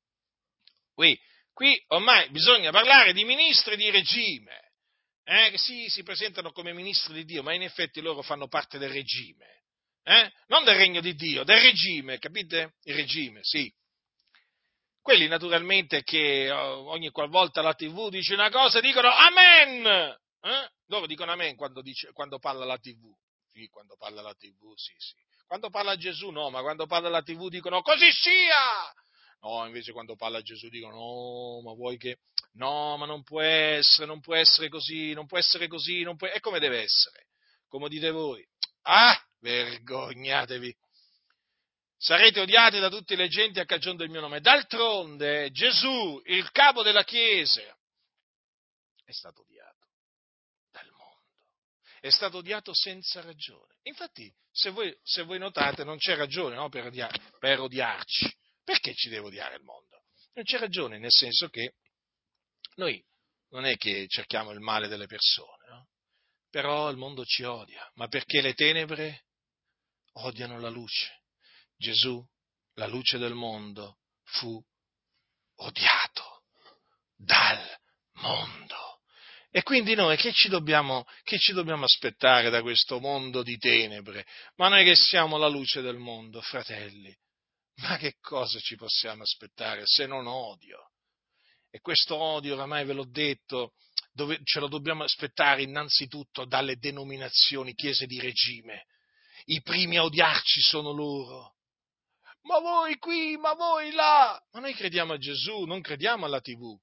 Qui ormai bisogna parlare di ministri di regime, che si presentano come ministri di Dio, ma in effetti loro fanno parte del regime. Non del regno di Dio, del regime, capite? Il regime, sì. Quelli naturalmente che ogni qualvolta la TV dice una cosa dicono Amen! Loro dicono Amen quando parla la TV. Sì, quando parla la TV, sì, sì. Quando parla Gesù no, ma quando parla la TV dicono così sia! No, invece quando parla Gesù dicono no, ma vuoi che... No, ma non può essere così, non può essere così, non può... E come deve essere? Come dite voi? Ah, vergognatevi! Sarete odiati da tutte le genti a cagione del mio nome. D'altronde Gesù, il capo della Chiesa, è stato odiato dal mondo. È stato odiato senza ragione. Infatti, se voi notate, non c'è ragione, no, per odiarci. Perché ci deve odiare il mondo? Non c'è ragione, nel senso che noi non è che cerchiamo il male delle persone, no? Però il mondo ci odia, ma perché le tenebre odiano la luce. Gesù, la luce del mondo, fu odiato dal mondo. E quindi noi che ci dobbiamo aspettare da questo mondo di tenebre? Ma noi che siamo la luce del mondo, fratelli, ma che cosa ci possiamo aspettare se non odio? E questo odio, oramai ve l'ho detto, ce lo dobbiamo aspettare innanzitutto dalle denominazioni, chiese di regime. I primi a odiarci sono loro. Ma voi qui, ma voi là! Ma noi crediamo a Gesù, non crediamo alla TV.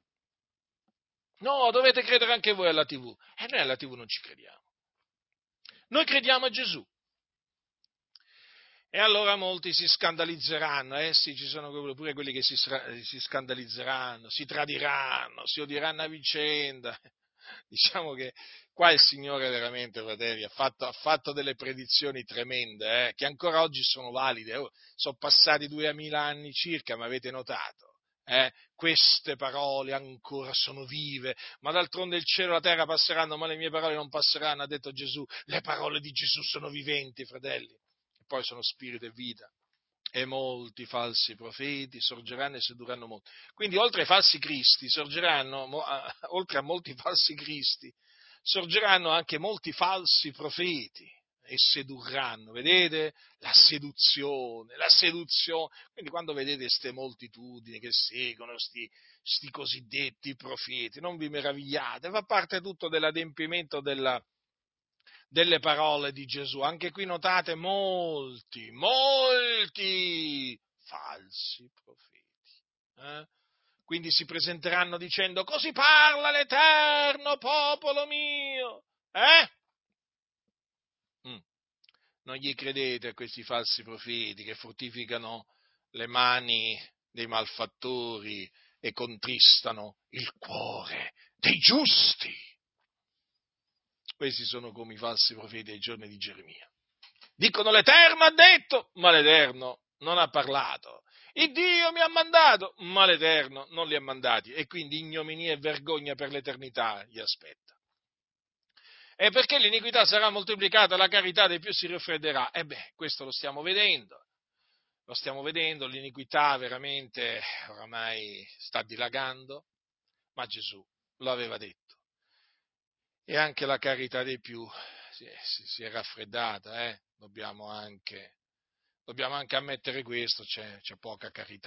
No, dovete credere anche voi alla TV. E noi alla TV non ci crediamo. Noi crediamo a Gesù. E allora molti si scandalizzeranno, sì, ci sono pure quelli che si scandalizzeranno, si tradiranno, si odieranno a vicenda. Diciamo che qua il Signore veramente, fratelli, ha fatto delle predizioni tremende, che ancora oggi sono valide. Sono passati 2000 anni circa, ma avete notato? Queste parole ancora sono vive, ma d'altronde il cielo e la terra passeranno, ma le mie parole non passeranno, ha detto Gesù. Le parole di Gesù sono viventi, fratelli, e poi sono spirito e vita. E molti falsi profeti sorgeranno e sedurranno molti. Quindi, oltre ai falsi cristi, oltre a molti falsi cristi, sorgeranno anche molti falsi profeti e sedurranno, vedete? La seduzione. Quindi quando vedete queste moltitudini che seguono sti cosiddetti profeti, non vi meravigliate, fa parte tutto dell'adempimento delle parole di Gesù. Anche qui notate molti falsi profeti. Quindi si presenteranno dicendo: così parla l'Eterno, popolo mio. Non gli credete a questi falsi profeti che fortificano le mani dei malfattori e contristano il cuore dei giusti. Questi sono come i falsi profeti ai giorni di Geremia. Dicono: l'Eterno ha detto, ma l'Eterno non ha parlato. Il Dio mi ha mandato, ma l'Eterno non li ha mandati. E quindi ignominia e vergogna per l'eternità gli aspetta. E perché l'iniquità sarà moltiplicata, la carità dei più si raffredderà. Questo lo stiamo vedendo. Lo stiamo vedendo, l'iniquità veramente oramai sta dilagando, ma Gesù lo aveva detto. E anche la carità dei più si è raffreddata, dobbiamo anche ammettere questo, c'è poca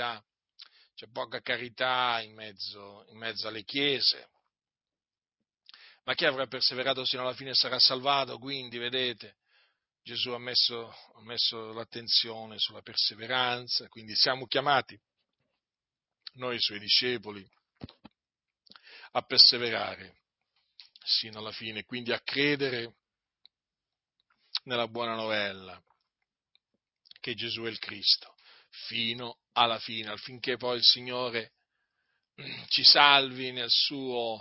carità in mezzo alle chiese. Ma chi avrà perseverato sino alla fine sarà salvato, quindi vedete, Gesù ha messo l'attenzione sulla perseveranza, quindi siamo chiamati, noi suoi discepoli, a perseverare sino alla fine, quindi a credere nella buona novella che Gesù è il Cristo, fino alla fine, affinché poi il Signore ci salvi nel suo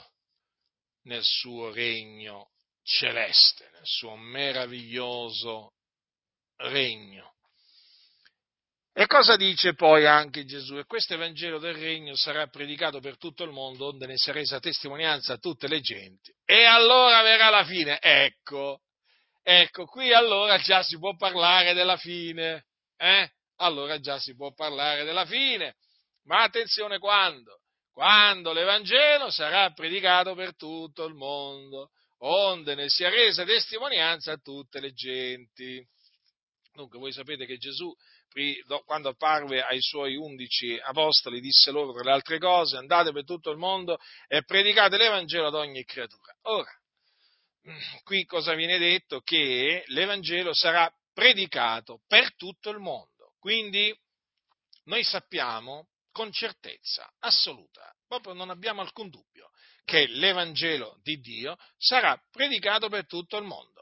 regno celeste, nel suo meraviglioso regno. E cosa dice poi anche Gesù? E questo Evangelo del Regno sarà predicato per tutto il mondo, onde ne sia resa testimonianza a tutte le genti. E allora verrà la fine. Ecco, qui allora già si può parlare della fine. Allora già si può parlare della fine. Ma attenzione quando? Quando l'Evangelo sarà predicato per tutto il mondo, onde ne sia resa testimonianza a tutte le genti. Dunque, voi sapete che Gesù, quando apparve ai suoi 11 apostoli, disse loro, tra le altre cose: andate per tutto il mondo e predicate l'Evangelo ad ogni creatura. Ora, qui cosa viene detto? Che l'Evangelo sarà predicato per tutto il mondo. Quindi, noi sappiamo con certezza assoluta, proprio non abbiamo alcun dubbio, che l'Evangelo di Dio sarà predicato per tutto il mondo.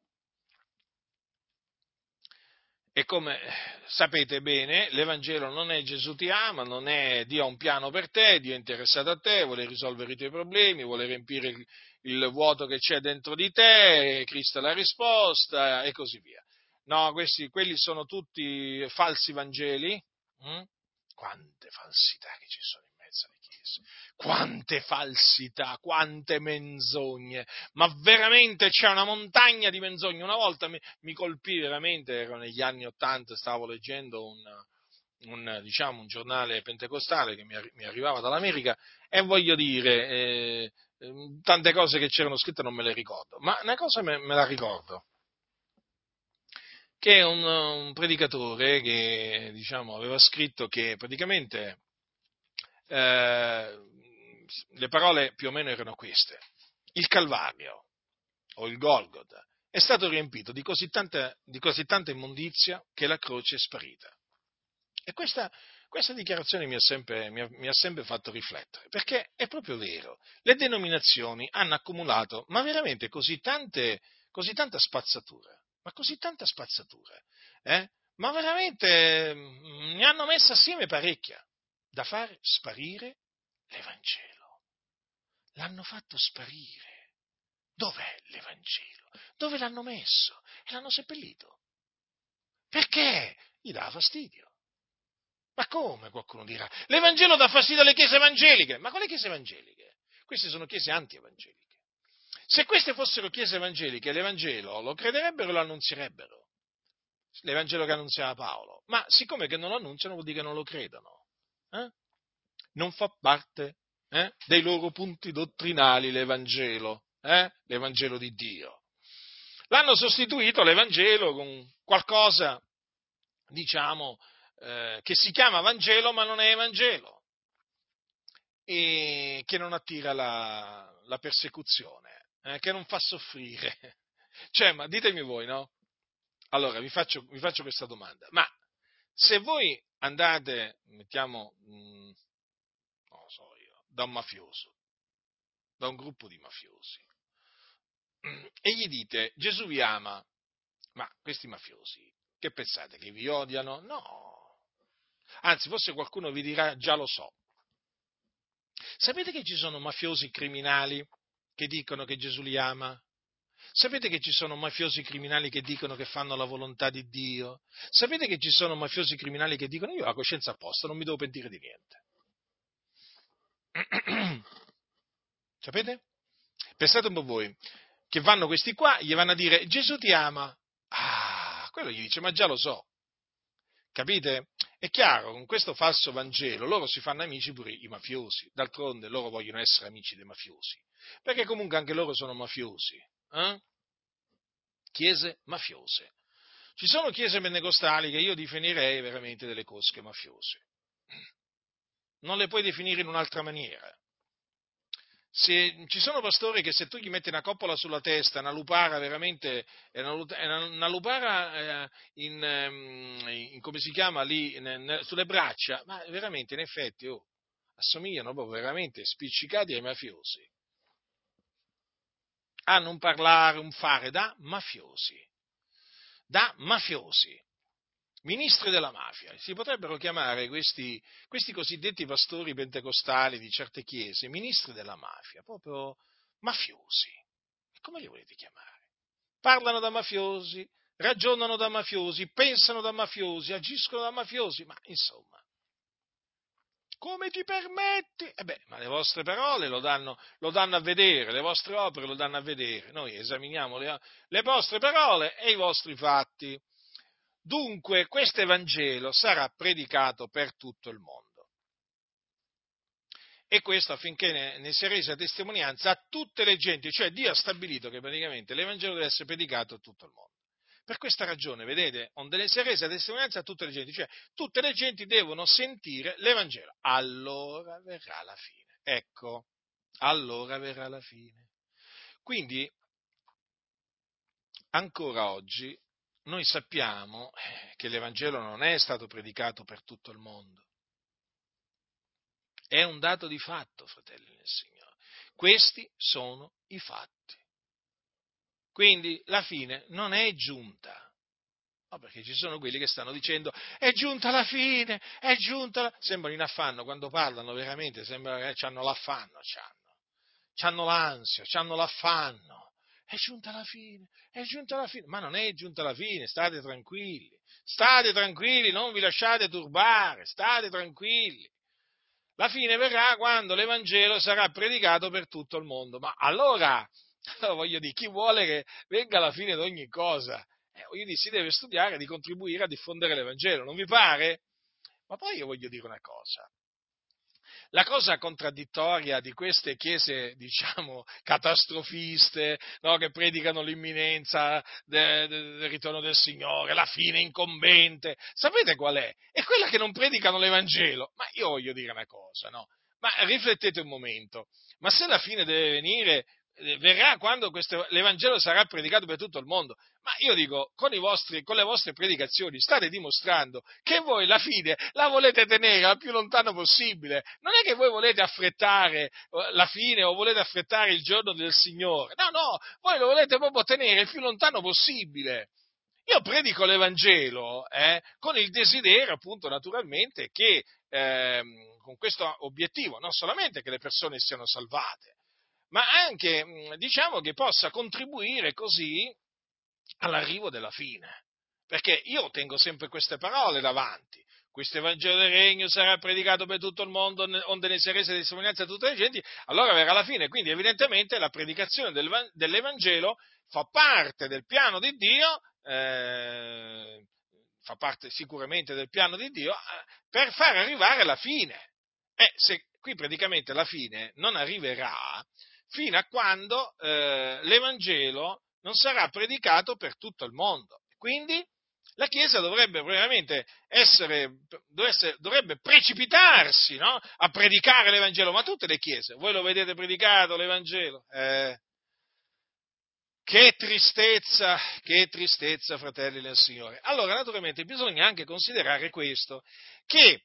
E come sapete bene, l'Evangelo non è Gesù ti ama, non è Dio ha un piano per te, Dio è interessato a te, vuole risolvere i tuoi problemi, vuole riempire il vuoto che c'è dentro di te, Cristo è la risposta e così via. No, quelli sono tutti falsi Vangeli, quante falsità che ci sono in mezzo alle chiese, quante falsità, quante menzogne, ma veramente c'è una montagna di menzogne. Una volta mi colpì veramente, ero negli anni '80, stavo leggendo un giornale pentecostale che mi arrivava dall'America, e voglio dire, tante cose che c'erano scritte non me le ricordo, ma una cosa me la ricordo, che è un predicatore che, aveva scritto che praticamente le parole più o meno erano queste: il Calvario o il Golgotha è stato riempito di così tanta immondizia che la croce è sparita. E questa dichiarazione mi ha sempre fatto riflettere, perché è proprio vero. Le denominazioni hanno accumulato, ma veramente così tanta spazzatura, ma così tanta spazzatura, ma veramente ne hanno messa assieme parecchia, da far sparire l'Evangelo. L'hanno fatto sparire. Dov'è l'Evangelo? Dove l'hanno messo? E l'hanno seppellito. Perché? Gli dà fastidio. Ma come, qualcuno dirà? L'Evangelo dà fastidio alle chiese evangeliche. Ma quale chiese evangeliche? Queste sono chiese anti-evangeliche. Se queste fossero chiese evangeliche, l'Evangelo lo crederebbero e lo annunzierebbero. L'Evangelo che annunziava Paolo. Ma siccome che non lo annunciano vuol dire che non lo credono. Non fa parte dei loro punti dottrinali l'Evangelo, l'Evangelo di Dio. L'hanno sostituito l'Evangelo con qualcosa, che si chiama Vangelo ma non è Evangelo, e che non attira la persecuzione, che non fa soffrire. Cioè, ma ditemi voi, no? Allora, vi faccio questa domanda. Ma se voi andate, non lo so io, da un mafioso, da un gruppo di mafiosi, e gli dite: Gesù vi ama, ma questi mafiosi, che pensate, che vi odiano? No. Anzi, forse qualcuno vi dirà: già lo so. Sapete che ci sono mafiosi criminali che dicono che Gesù li ama? Sapete che ci sono mafiosi criminali che dicono che fanno la volontà di Dio? Sapete che ci sono mafiosi criminali che dicono: io ho la coscienza a posto, non mi devo pentire di niente. Sapete? Pensate un po' voi, che vanno questi qua, gli vanno a dire: Gesù ti ama. Ah, quello gli dice: ma già lo so. Capite? È chiaro, con questo falso Vangelo loro si fanno amici pure i mafiosi, d'altronde loro vogliono essere amici dei mafiosi, perché comunque anche loro sono mafiosi, chiese mafiose. Ci sono chiese pentecostali che io definirei veramente delle cosche mafiose, non le puoi definire in un'altra maniera. Se ci sono pastori che se tu gli metti una coppola sulla testa, una lupara veramente, una lupara come si chiama lì, sulle braccia, ma veramente in effetti assomigliano proprio veramente spiccicati ai mafiosi. Hanno un parlare, un fare da mafiosi, ministri della mafia. Si potrebbero chiamare questi cosiddetti pastori pentecostali di certe chiese ministri della mafia, proprio mafiosi. E come li volete chiamare? Parlano da mafiosi, ragionano da mafiosi, pensano da mafiosi, agiscono da mafiosi, ma insomma, come ti permetti? Ma le vostre parole lo danno a vedere, le vostre opere lo danno a vedere. Noi esaminiamo le vostre parole e i vostri fatti. Dunque, questo Evangelo sarà predicato per tutto il mondo. E questo affinché ne sia resa testimonianza a tutte le genti, cioè Dio ha stabilito che praticamente l'Evangelo deve essere predicato a tutto il mondo. Per questa ragione, vedete, onde ne sia resa testimonianza a tutte le genti, cioè tutte le genti devono sentire l'Evangelo. Allora verrà la fine. Ecco, allora verrà la fine. Quindi, ancora oggi, noi sappiamo che l'Evangelo non è stato predicato per tutto il mondo. È un dato di fatto, fratelli del Signore. Questi sono i fatti. Quindi la fine non è giunta. No, perché ci sono quelli che stanno dicendo: è giunta la fine, è giunta la... Sembrano in affanno, quando parlano veramente sembra che hanno l'affanno, c'hanno l'ansia, c'hanno l'affanno. è giunta la fine, è giunta la fine. Ma non è giunta la fine, state tranquilli, non vi lasciate turbare, state tranquilli. La fine verrà quando l'Evangelo sarà predicato per tutto il mondo. Ma allora voglio dire, chi vuole che venga la fine di ogni cosa? Voglio dire, si deve studiare di contribuire a diffondere l'Evangelo, non vi pare? Ma poi io voglio dire una cosa. La cosa contraddittoria di queste chiese, diciamo, catastrofiste, no, che predicano l'imminenza del ritorno del Signore, la fine incombente, sapete qual è? È quella che non predicano l'Evangelo. Ma io voglio dire una cosa, no? Ma riflettete un momento, ma se la fine deve venire, verrà quando l'Evangelo sarà predicato per tutto il mondo. Ma io dico, con le vostre predicazioni state dimostrando che voi la fine la volete tenere al più lontano possibile. Non è che voi volete affrettare la fine o volete affrettare il giorno del Signore. No, no, voi lo volete proprio tenere il più lontano possibile. Io predico l'Evangelo con il desiderio, appunto, naturalmente, che con questo obiettivo, non solamente che le persone siano salvate, ma anche, diciamo, che possa contribuire così all'arrivo della fine. Perché io tengo sempre queste parole davanti. Questo Evangelo del Regno sarà predicato per tutto il mondo, onde ne sia resa testimonianza a tutte le genti, allora verrà la fine. Quindi evidentemente la predicazione dell'Evangelo fa parte del piano di Dio, fa parte sicuramente del piano di Dio, per far arrivare la fine. Qui praticamente la fine non arriverà fino a quando l'Evangelo non sarà predicato per tutto il mondo. Quindi la Chiesa dovrebbe veramente dovrebbe precipitarsi, no? A predicare l'Evangelo, ma tutte le Chiese, voi lo vedete predicato l'Evangelo? Che tristezza, fratelli del Signore. Allora, naturalmente, bisogna anche considerare questo, che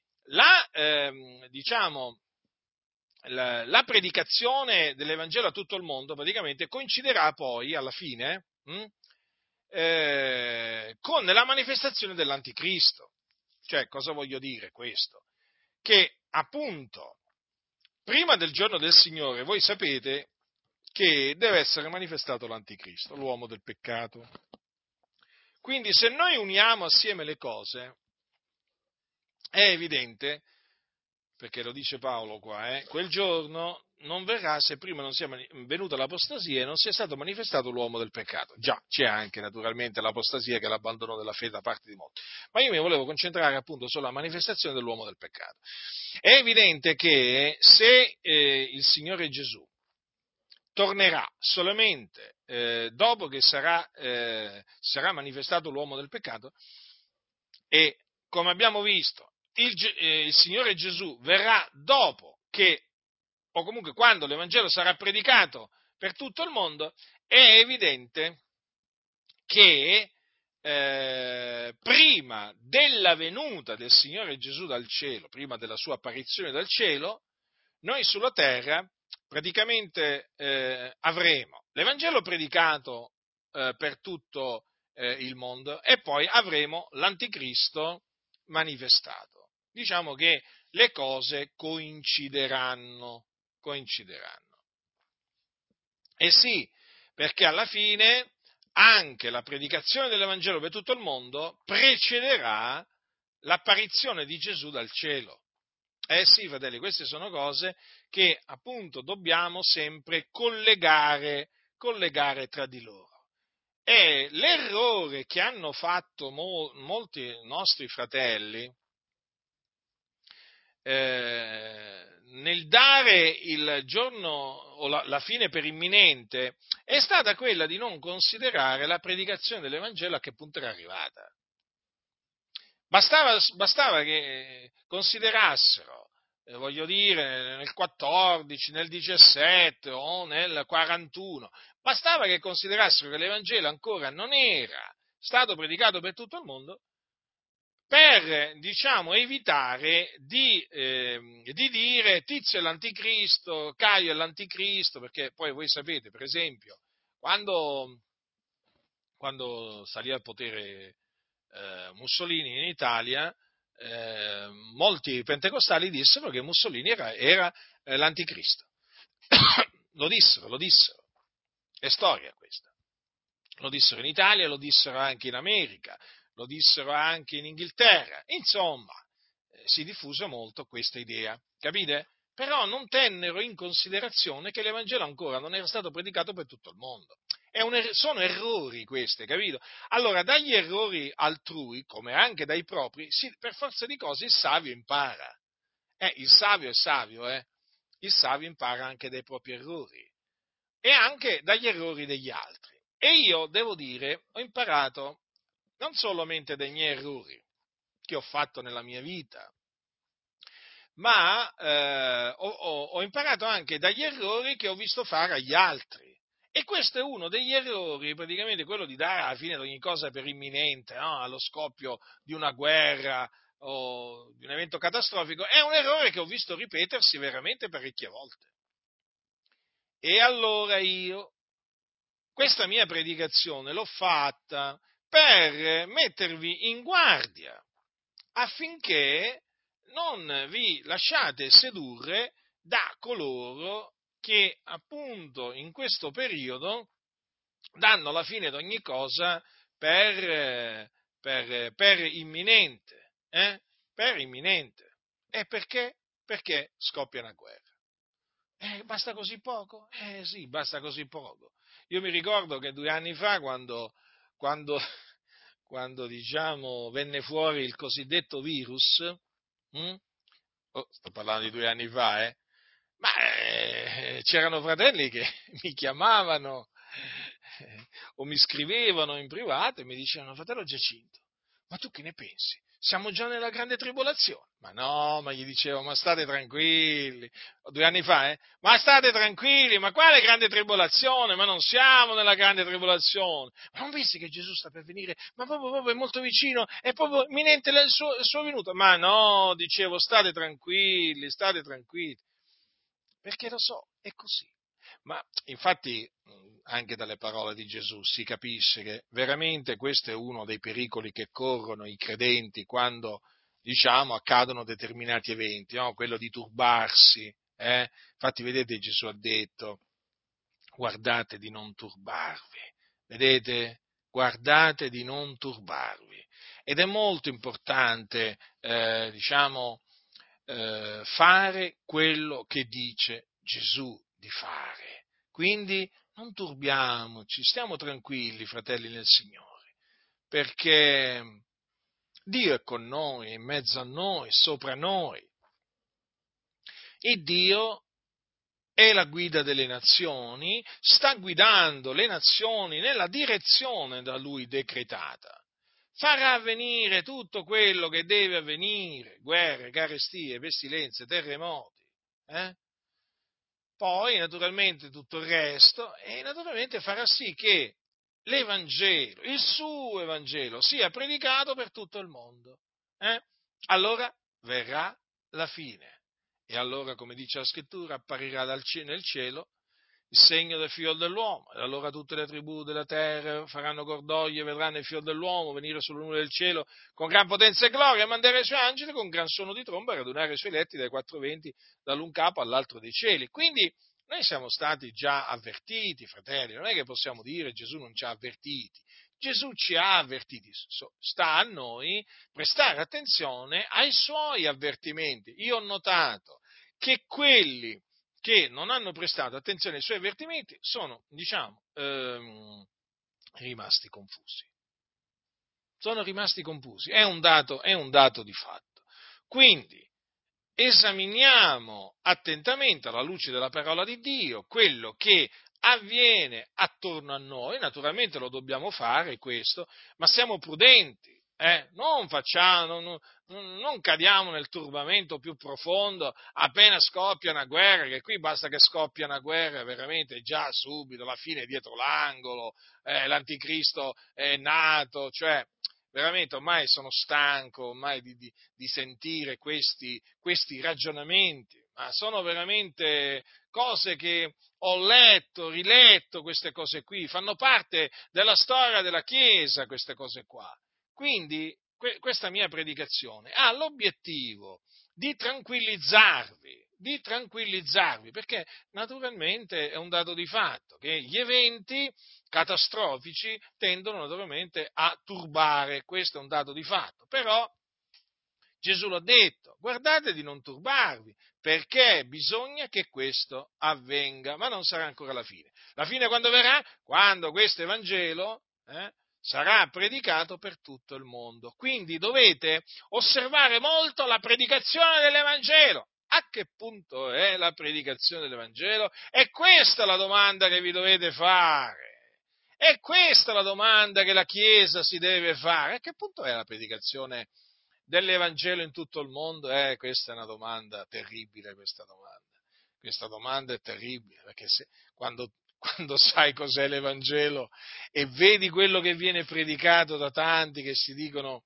la predicazione dell'Evangelo a tutto il mondo praticamente coinciderà poi, alla fine, con la manifestazione dell'Anticristo. Cioè, cosa voglio dire questo? Che, appunto, prima del giorno del Signore, voi sapete che deve essere manifestato l'Anticristo, l'uomo del peccato. Quindi se noi uniamo assieme le cose, è evidente, perché lo dice Paolo qua, quel giorno non verrà se prima non sia venuta l'apostasia e non sia stato manifestato l'uomo del peccato. Già, c'è anche naturalmente l'apostasia che è l'abbandono della fede da parte di molti, ma io mi volevo concentrare appunto sulla manifestazione dell'uomo del peccato. È evidente che se il Signore Gesù tornerà solamente dopo che sarà manifestato l'uomo del peccato, e come abbiamo visto il Signore Gesù verrà dopo che, o comunque quando l'Evangelo sarà predicato per tutto il mondo, è evidente che prima della venuta del Signore Gesù dal cielo, prima della sua apparizione dal cielo, noi sulla terra praticamente avremo l'Evangelo predicato per tutto il mondo e poi avremo l'Anticristo manifestato. Diciamo che le cose coincideranno. E sì, perché alla fine anche la predicazione dell'Evangelo per tutto il mondo precederà l'apparizione di Gesù dal cielo. Eh sì, fratelli, queste sono cose che appunto dobbiamo sempre collegare tra di loro. E l'errore che hanno fatto molti nostri fratelli nel dare il giorno o la fine per imminente è stata quella di non considerare la predicazione dell'Evangelo a che punto era arrivata. Bastava che considerassero, voglio dire, nel 14, nel 17 o nel 41, bastava che considerassero che l'Evangelo ancora non era stato predicato per tutto il mondo per, diciamo, evitare di dire Tizio è l'anticristo, Caio è l'anticristo, perché poi voi sapete, per esempio, quando salì al potere Mussolini in Italia, molti pentecostali dissero che Mussolini era l'anticristo. Lo dissero. È storia questa. Lo dissero in Italia, lo dissero anche in America, lo dissero anche in Inghilterra. Insomma, si diffuse molto questa idea, capite? Però non tennero in considerazione che l'Evangelo ancora non era stato predicato per tutto il mondo. Sono errori questi, capito? Allora, dagli errori altrui, come anche dai propri, per forza di cose il savio impara. Il savio è savio, eh? Il savio impara anche dai propri errori e anche dagli errori degli altri. E io, devo dire, ho imparato non solamente dai miei errori che ho fatto nella mia vita, ma ho imparato anche dagli errori che ho visto fare agli altri. E questo è uno degli errori, praticamente quello di dare alla fine di ogni cosa per imminente, no? Allo scoppio di una guerra o di un evento catastrofico, è un errore che ho visto ripetersi veramente parecchie volte. E allora io, questa mia predicazione l'ho fatta per mettervi in guardia affinché non vi lasciate sedurre da coloro che appunto in questo periodo danno la fine di ogni cosa per imminente. Per imminente. E perché? Perché scoppia una guerra. Basta così poco? Sì, basta così poco. Io mi ricordo che 2 anni fa, quando, diciamo, venne fuori il cosiddetto virus, hm? Sto parlando di 2 anni fa, ma c'erano fratelli che mi chiamavano o mi scrivevano in privato e mi dicevano: fratello Giacinto, ma tu che ne pensi? Siamo già nella grande tribolazione. Ma no, ma gli dicevo, ma state tranquilli. 2 anni fa, ma state tranquilli, ma quale grande tribolazione? Ma non siamo nella grande tribolazione. Ma non pensi che Gesù sta per venire? Ma proprio è molto vicino, è proprio imminente il suo venuto. Ma no, dicevo, state tranquilli, perché lo so, è così. Ma infatti anche dalle parole di Gesù si capisce che veramente questo è uno dei pericoli che corrono i credenti quando, diciamo, accadono determinati eventi, no? Quello di turbarsi. Infatti, vedete, Gesù ha detto: guardate di non turbarvi, vedete? Guardate di non turbarvi. Ed è molto importante, diciamo, fare quello che dice Gesù di fare. Quindi non turbiamoci, stiamo tranquilli, fratelli nel Signore, perché Dio è con noi, è in mezzo a noi, sopra noi. E Dio è la guida delle nazioni, sta guidando le nazioni nella direzione da Lui decretata. Farà avvenire tutto quello che deve avvenire: guerre, carestie, pestilenze, terremoti. Poi, naturalmente, tutto il resto, e naturalmente farà sì che l'Evangelo, il suo Evangelo, sia predicato per tutto il mondo. Allora verrà la fine. E allora, come dice la scrittura, apparirà nel cielo il segno del figlio dell'uomo, e allora tutte le tribù della terra faranno cordoglio e vedranno il figlio dell'uomo venire sulle nuvole del cielo con gran potenza e gloria, e mandare i suoi angeli con gran suono di tromba a radunare i suoi eletti dai 4 venti, dall'un capo all'altro dei cieli. Quindi noi siamo stati già avvertiti, fratelli, non è che possiamo dire Gesù non ci ha avvertiti. Gesù ci ha avvertiti, sta a noi prestare attenzione ai suoi avvertimenti. Io ho notato che quelli che non hanno prestato attenzione ai suoi avvertimenti sono, diciamo, rimasti confusi. Sono rimasti confusi, è un dato di fatto. Quindi, esaminiamo attentamente alla luce della parola di Dio quello che avviene attorno a noi. Naturalmente lo dobbiamo fare questo, ma siamo prudenti, non cadiamo nel turbamento più profondo appena scoppia una guerra, che qui basta che scoppia una guerra veramente già subito, la fine è dietro l'angolo, l'anticristo è nato, cioè veramente ormai sono stanco ormai di sentire questi ragionamenti, ma sono veramente cose che ho letto, riletto, queste cose qui, fanno parte della storia della Chiesa, queste cose qua. Quindi questa mia predicazione ha l'obiettivo di tranquillizzarvi, di tranquillizzarvi, perché naturalmente è un dato di fatto che gli eventi catastrofici tendono naturalmente a turbare, questo è un dato di fatto, però Gesù l'ha detto, guardate di non turbarvi, perché bisogna che questo avvenga, ma non sarà ancora la fine. La fine quando verrà? Quando questo Evangelo sarà predicato per tutto il mondo. Quindi dovete osservare molto la predicazione dell'Evangelo. A che punto è la predicazione dell'Evangelo? E questa è la domanda che vi dovete fare. E questa è la domanda che la Chiesa si deve fare. A che punto è la predicazione dell'Evangelo in tutto il mondo? Questa è una domanda terribile, questa domanda. Questa domanda è terribile, perché quando sai cos'è l'Evangelo e vedi quello che viene predicato da tanti che si dicono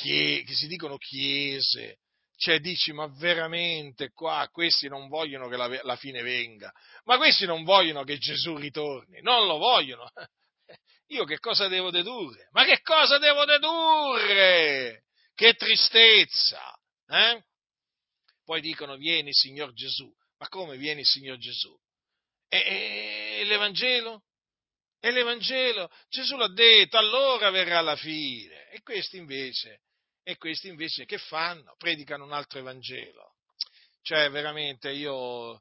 chiese, cioè dici, ma veramente qua questi non vogliono che la fine venga, ma questi non vogliono che Gesù ritorni, non lo vogliono. Io che cosa devo dedurre? Ma che cosa devo dedurre? Che tristezza! Eh? Poi dicono, vieni Signor Gesù. Ma come vieni Signor Gesù? E l'Evangelo? E l'Evangelo? Gesù l'ha detto, allora verrà la fine. E questi invece che fanno? Predicano un altro Evangelo. Cioè, veramente, io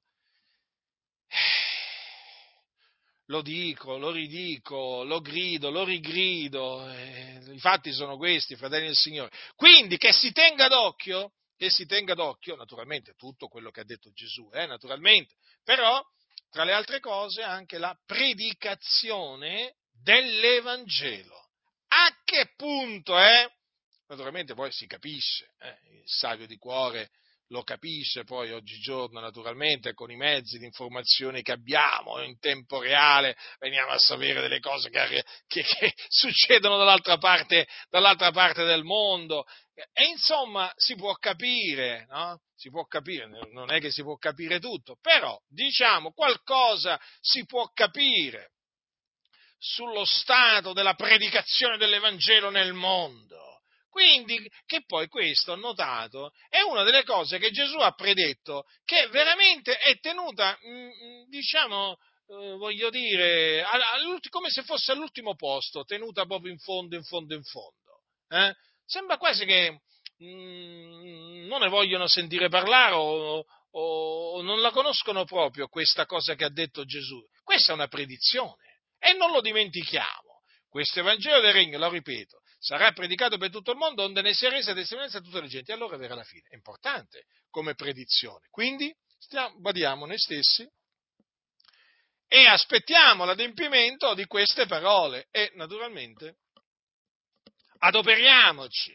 lo dico, lo ridico, lo grido, lo rigrido, i fatti sono questi, fratelli del Signore. Quindi che si tenga d'occhio, naturalmente tutto quello che ha detto Gesù, naturalmente, però tra le altre cose anche la predicazione dell'Evangelo. A che punto è? Naturalmente poi si capisce, il savio di cuore lo capisce poi oggigiorno naturalmente con i mezzi di informazione che abbiamo in tempo reale, veniamo a sapere delle cose che succedono dall'altra parte del mondo e insomma si può capire, no? Si può capire, non è che si può capire tutto, però diciamo qualcosa si può capire sullo stato della predicazione dell'Evangelo nel mondo. Quindi, che poi questo, ho notato, è una delle cose che Gesù ha predetto, che veramente è tenuta, diciamo, voglio dire, come se fosse all'ultimo posto, tenuta proprio in fondo, in fondo, in fondo. Sembra quasi che non ne vogliono sentire parlare o non la conoscono proprio questa cosa che ha detto Gesù. Questa è una predizione. E non lo dimentichiamo, questo Evangelo del Regno, lo ripeto, sarà predicato per tutto il mondo, onde ne sia resa testimonianza a tutte le genti, e allora verrà la fine. È importante come predizione. Quindi badiamo noi stessi e aspettiamo l'adempimento di queste parole e naturalmente adoperiamoci,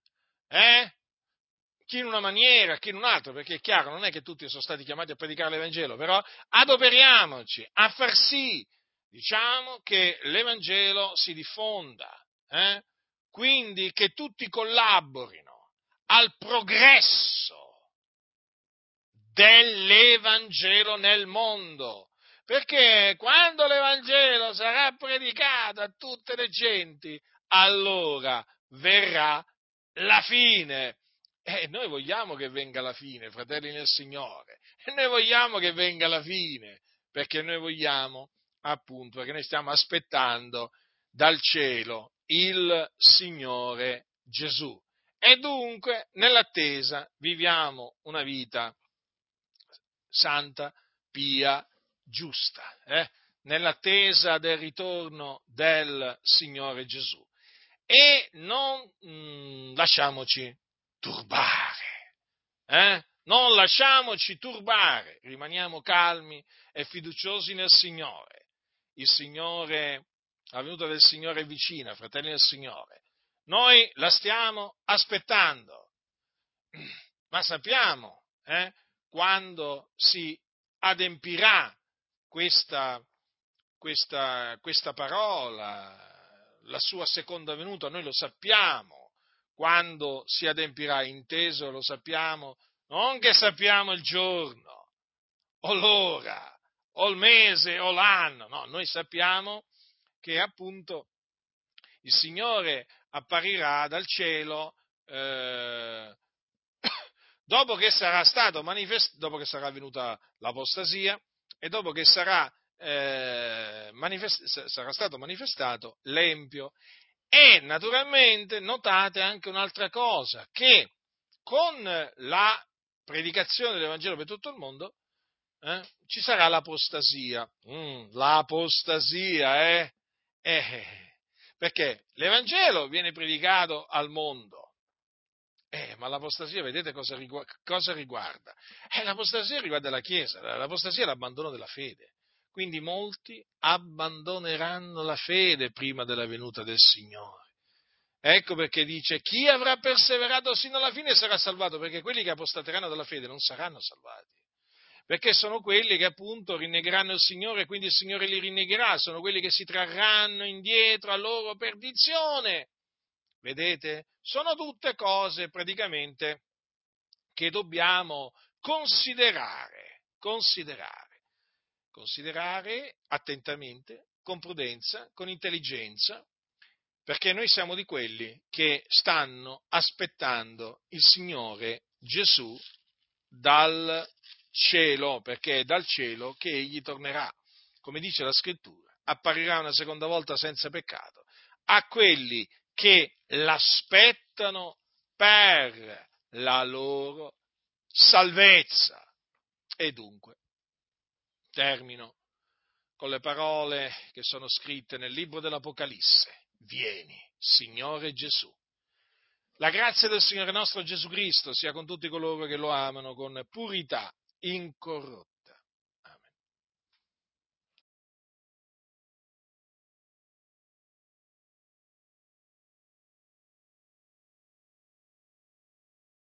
chi in una maniera, chi in un'altra, perché è chiaro, non è che tutti sono stati chiamati a predicare l'Evangelo, però adoperiamoci a far sì, diciamo, che l'Evangelo si diffonda, quindi che tutti collaborino al progresso dell'Evangelo nel mondo, perché quando l'Evangelo sarà predicato a tutte le genti, allora verrà la fine. E noi vogliamo che venga la fine, fratelli nel Signore, e noi vogliamo che venga la fine, perché noi vogliamo, appunto, perché noi stiamo aspettando dal cielo il Signore Gesù. E dunque, nell'attesa, viviamo una vita santa, pia, giusta, nell'attesa del ritorno del Signore Gesù. E non lasciamoci turbare, non lasciamoci turbare, rimaniamo calmi e fiduciosi nel Signore. La venuta del Signore è vicina, fratelli del Signore. Noi la stiamo aspettando, ma sappiamo quando si adempirà questa parola, la sua seconda venuta, noi lo sappiamo, quando si adempirà, inteso lo sappiamo, non che sappiamo il giorno, o l'ora, o il mese, o l'anno, no, noi sappiamo che appunto il Signore apparirà dal cielo dopo che sarà avvenuta l'apostasia e dopo che sarà stato manifestato l'empio. E naturalmente notate anche un'altra cosa, che con la predicazione dell'Evangelo per tutto il mondo ci sarà l'apostasia. L'apostasia, perché l'Evangelo viene predicato al mondo. Ma l'apostasia, vedete cosa riguarda? L'apostasia riguarda la Chiesa, l'apostasia è l'abbandono della fede. Quindi molti abbandoneranno la fede prima della venuta del Signore. Ecco perché dice: chi avrà perseverato sino alla fine sarà salvato, perché quelli che apostateranno dalla fede non saranno salvati. Perché sono quelli che appunto rinnegheranno il Signore, quindi il Signore li rinnegherà, sono quelli che si trarranno indietro a loro perdizione. Vedete? Sono tutte cose praticamente che dobbiamo considerare attentamente, con prudenza, con intelligenza, perché noi siamo di quelli che stanno aspettando il Signore Gesù dal cielo, perché è dal cielo che egli tornerà. Come dice la Scrittura, apparirà una seconda volta senza peccato a quelli che l'aspettano per la loro salvezza. E dunque, termino con le parole che sono scritte nel libro dell'Apocalisse: vieni, Signore Gesù. La grazia del Signore nostro Gesù Cristo sia con tutti coloro che lo amano con purità incorrotta.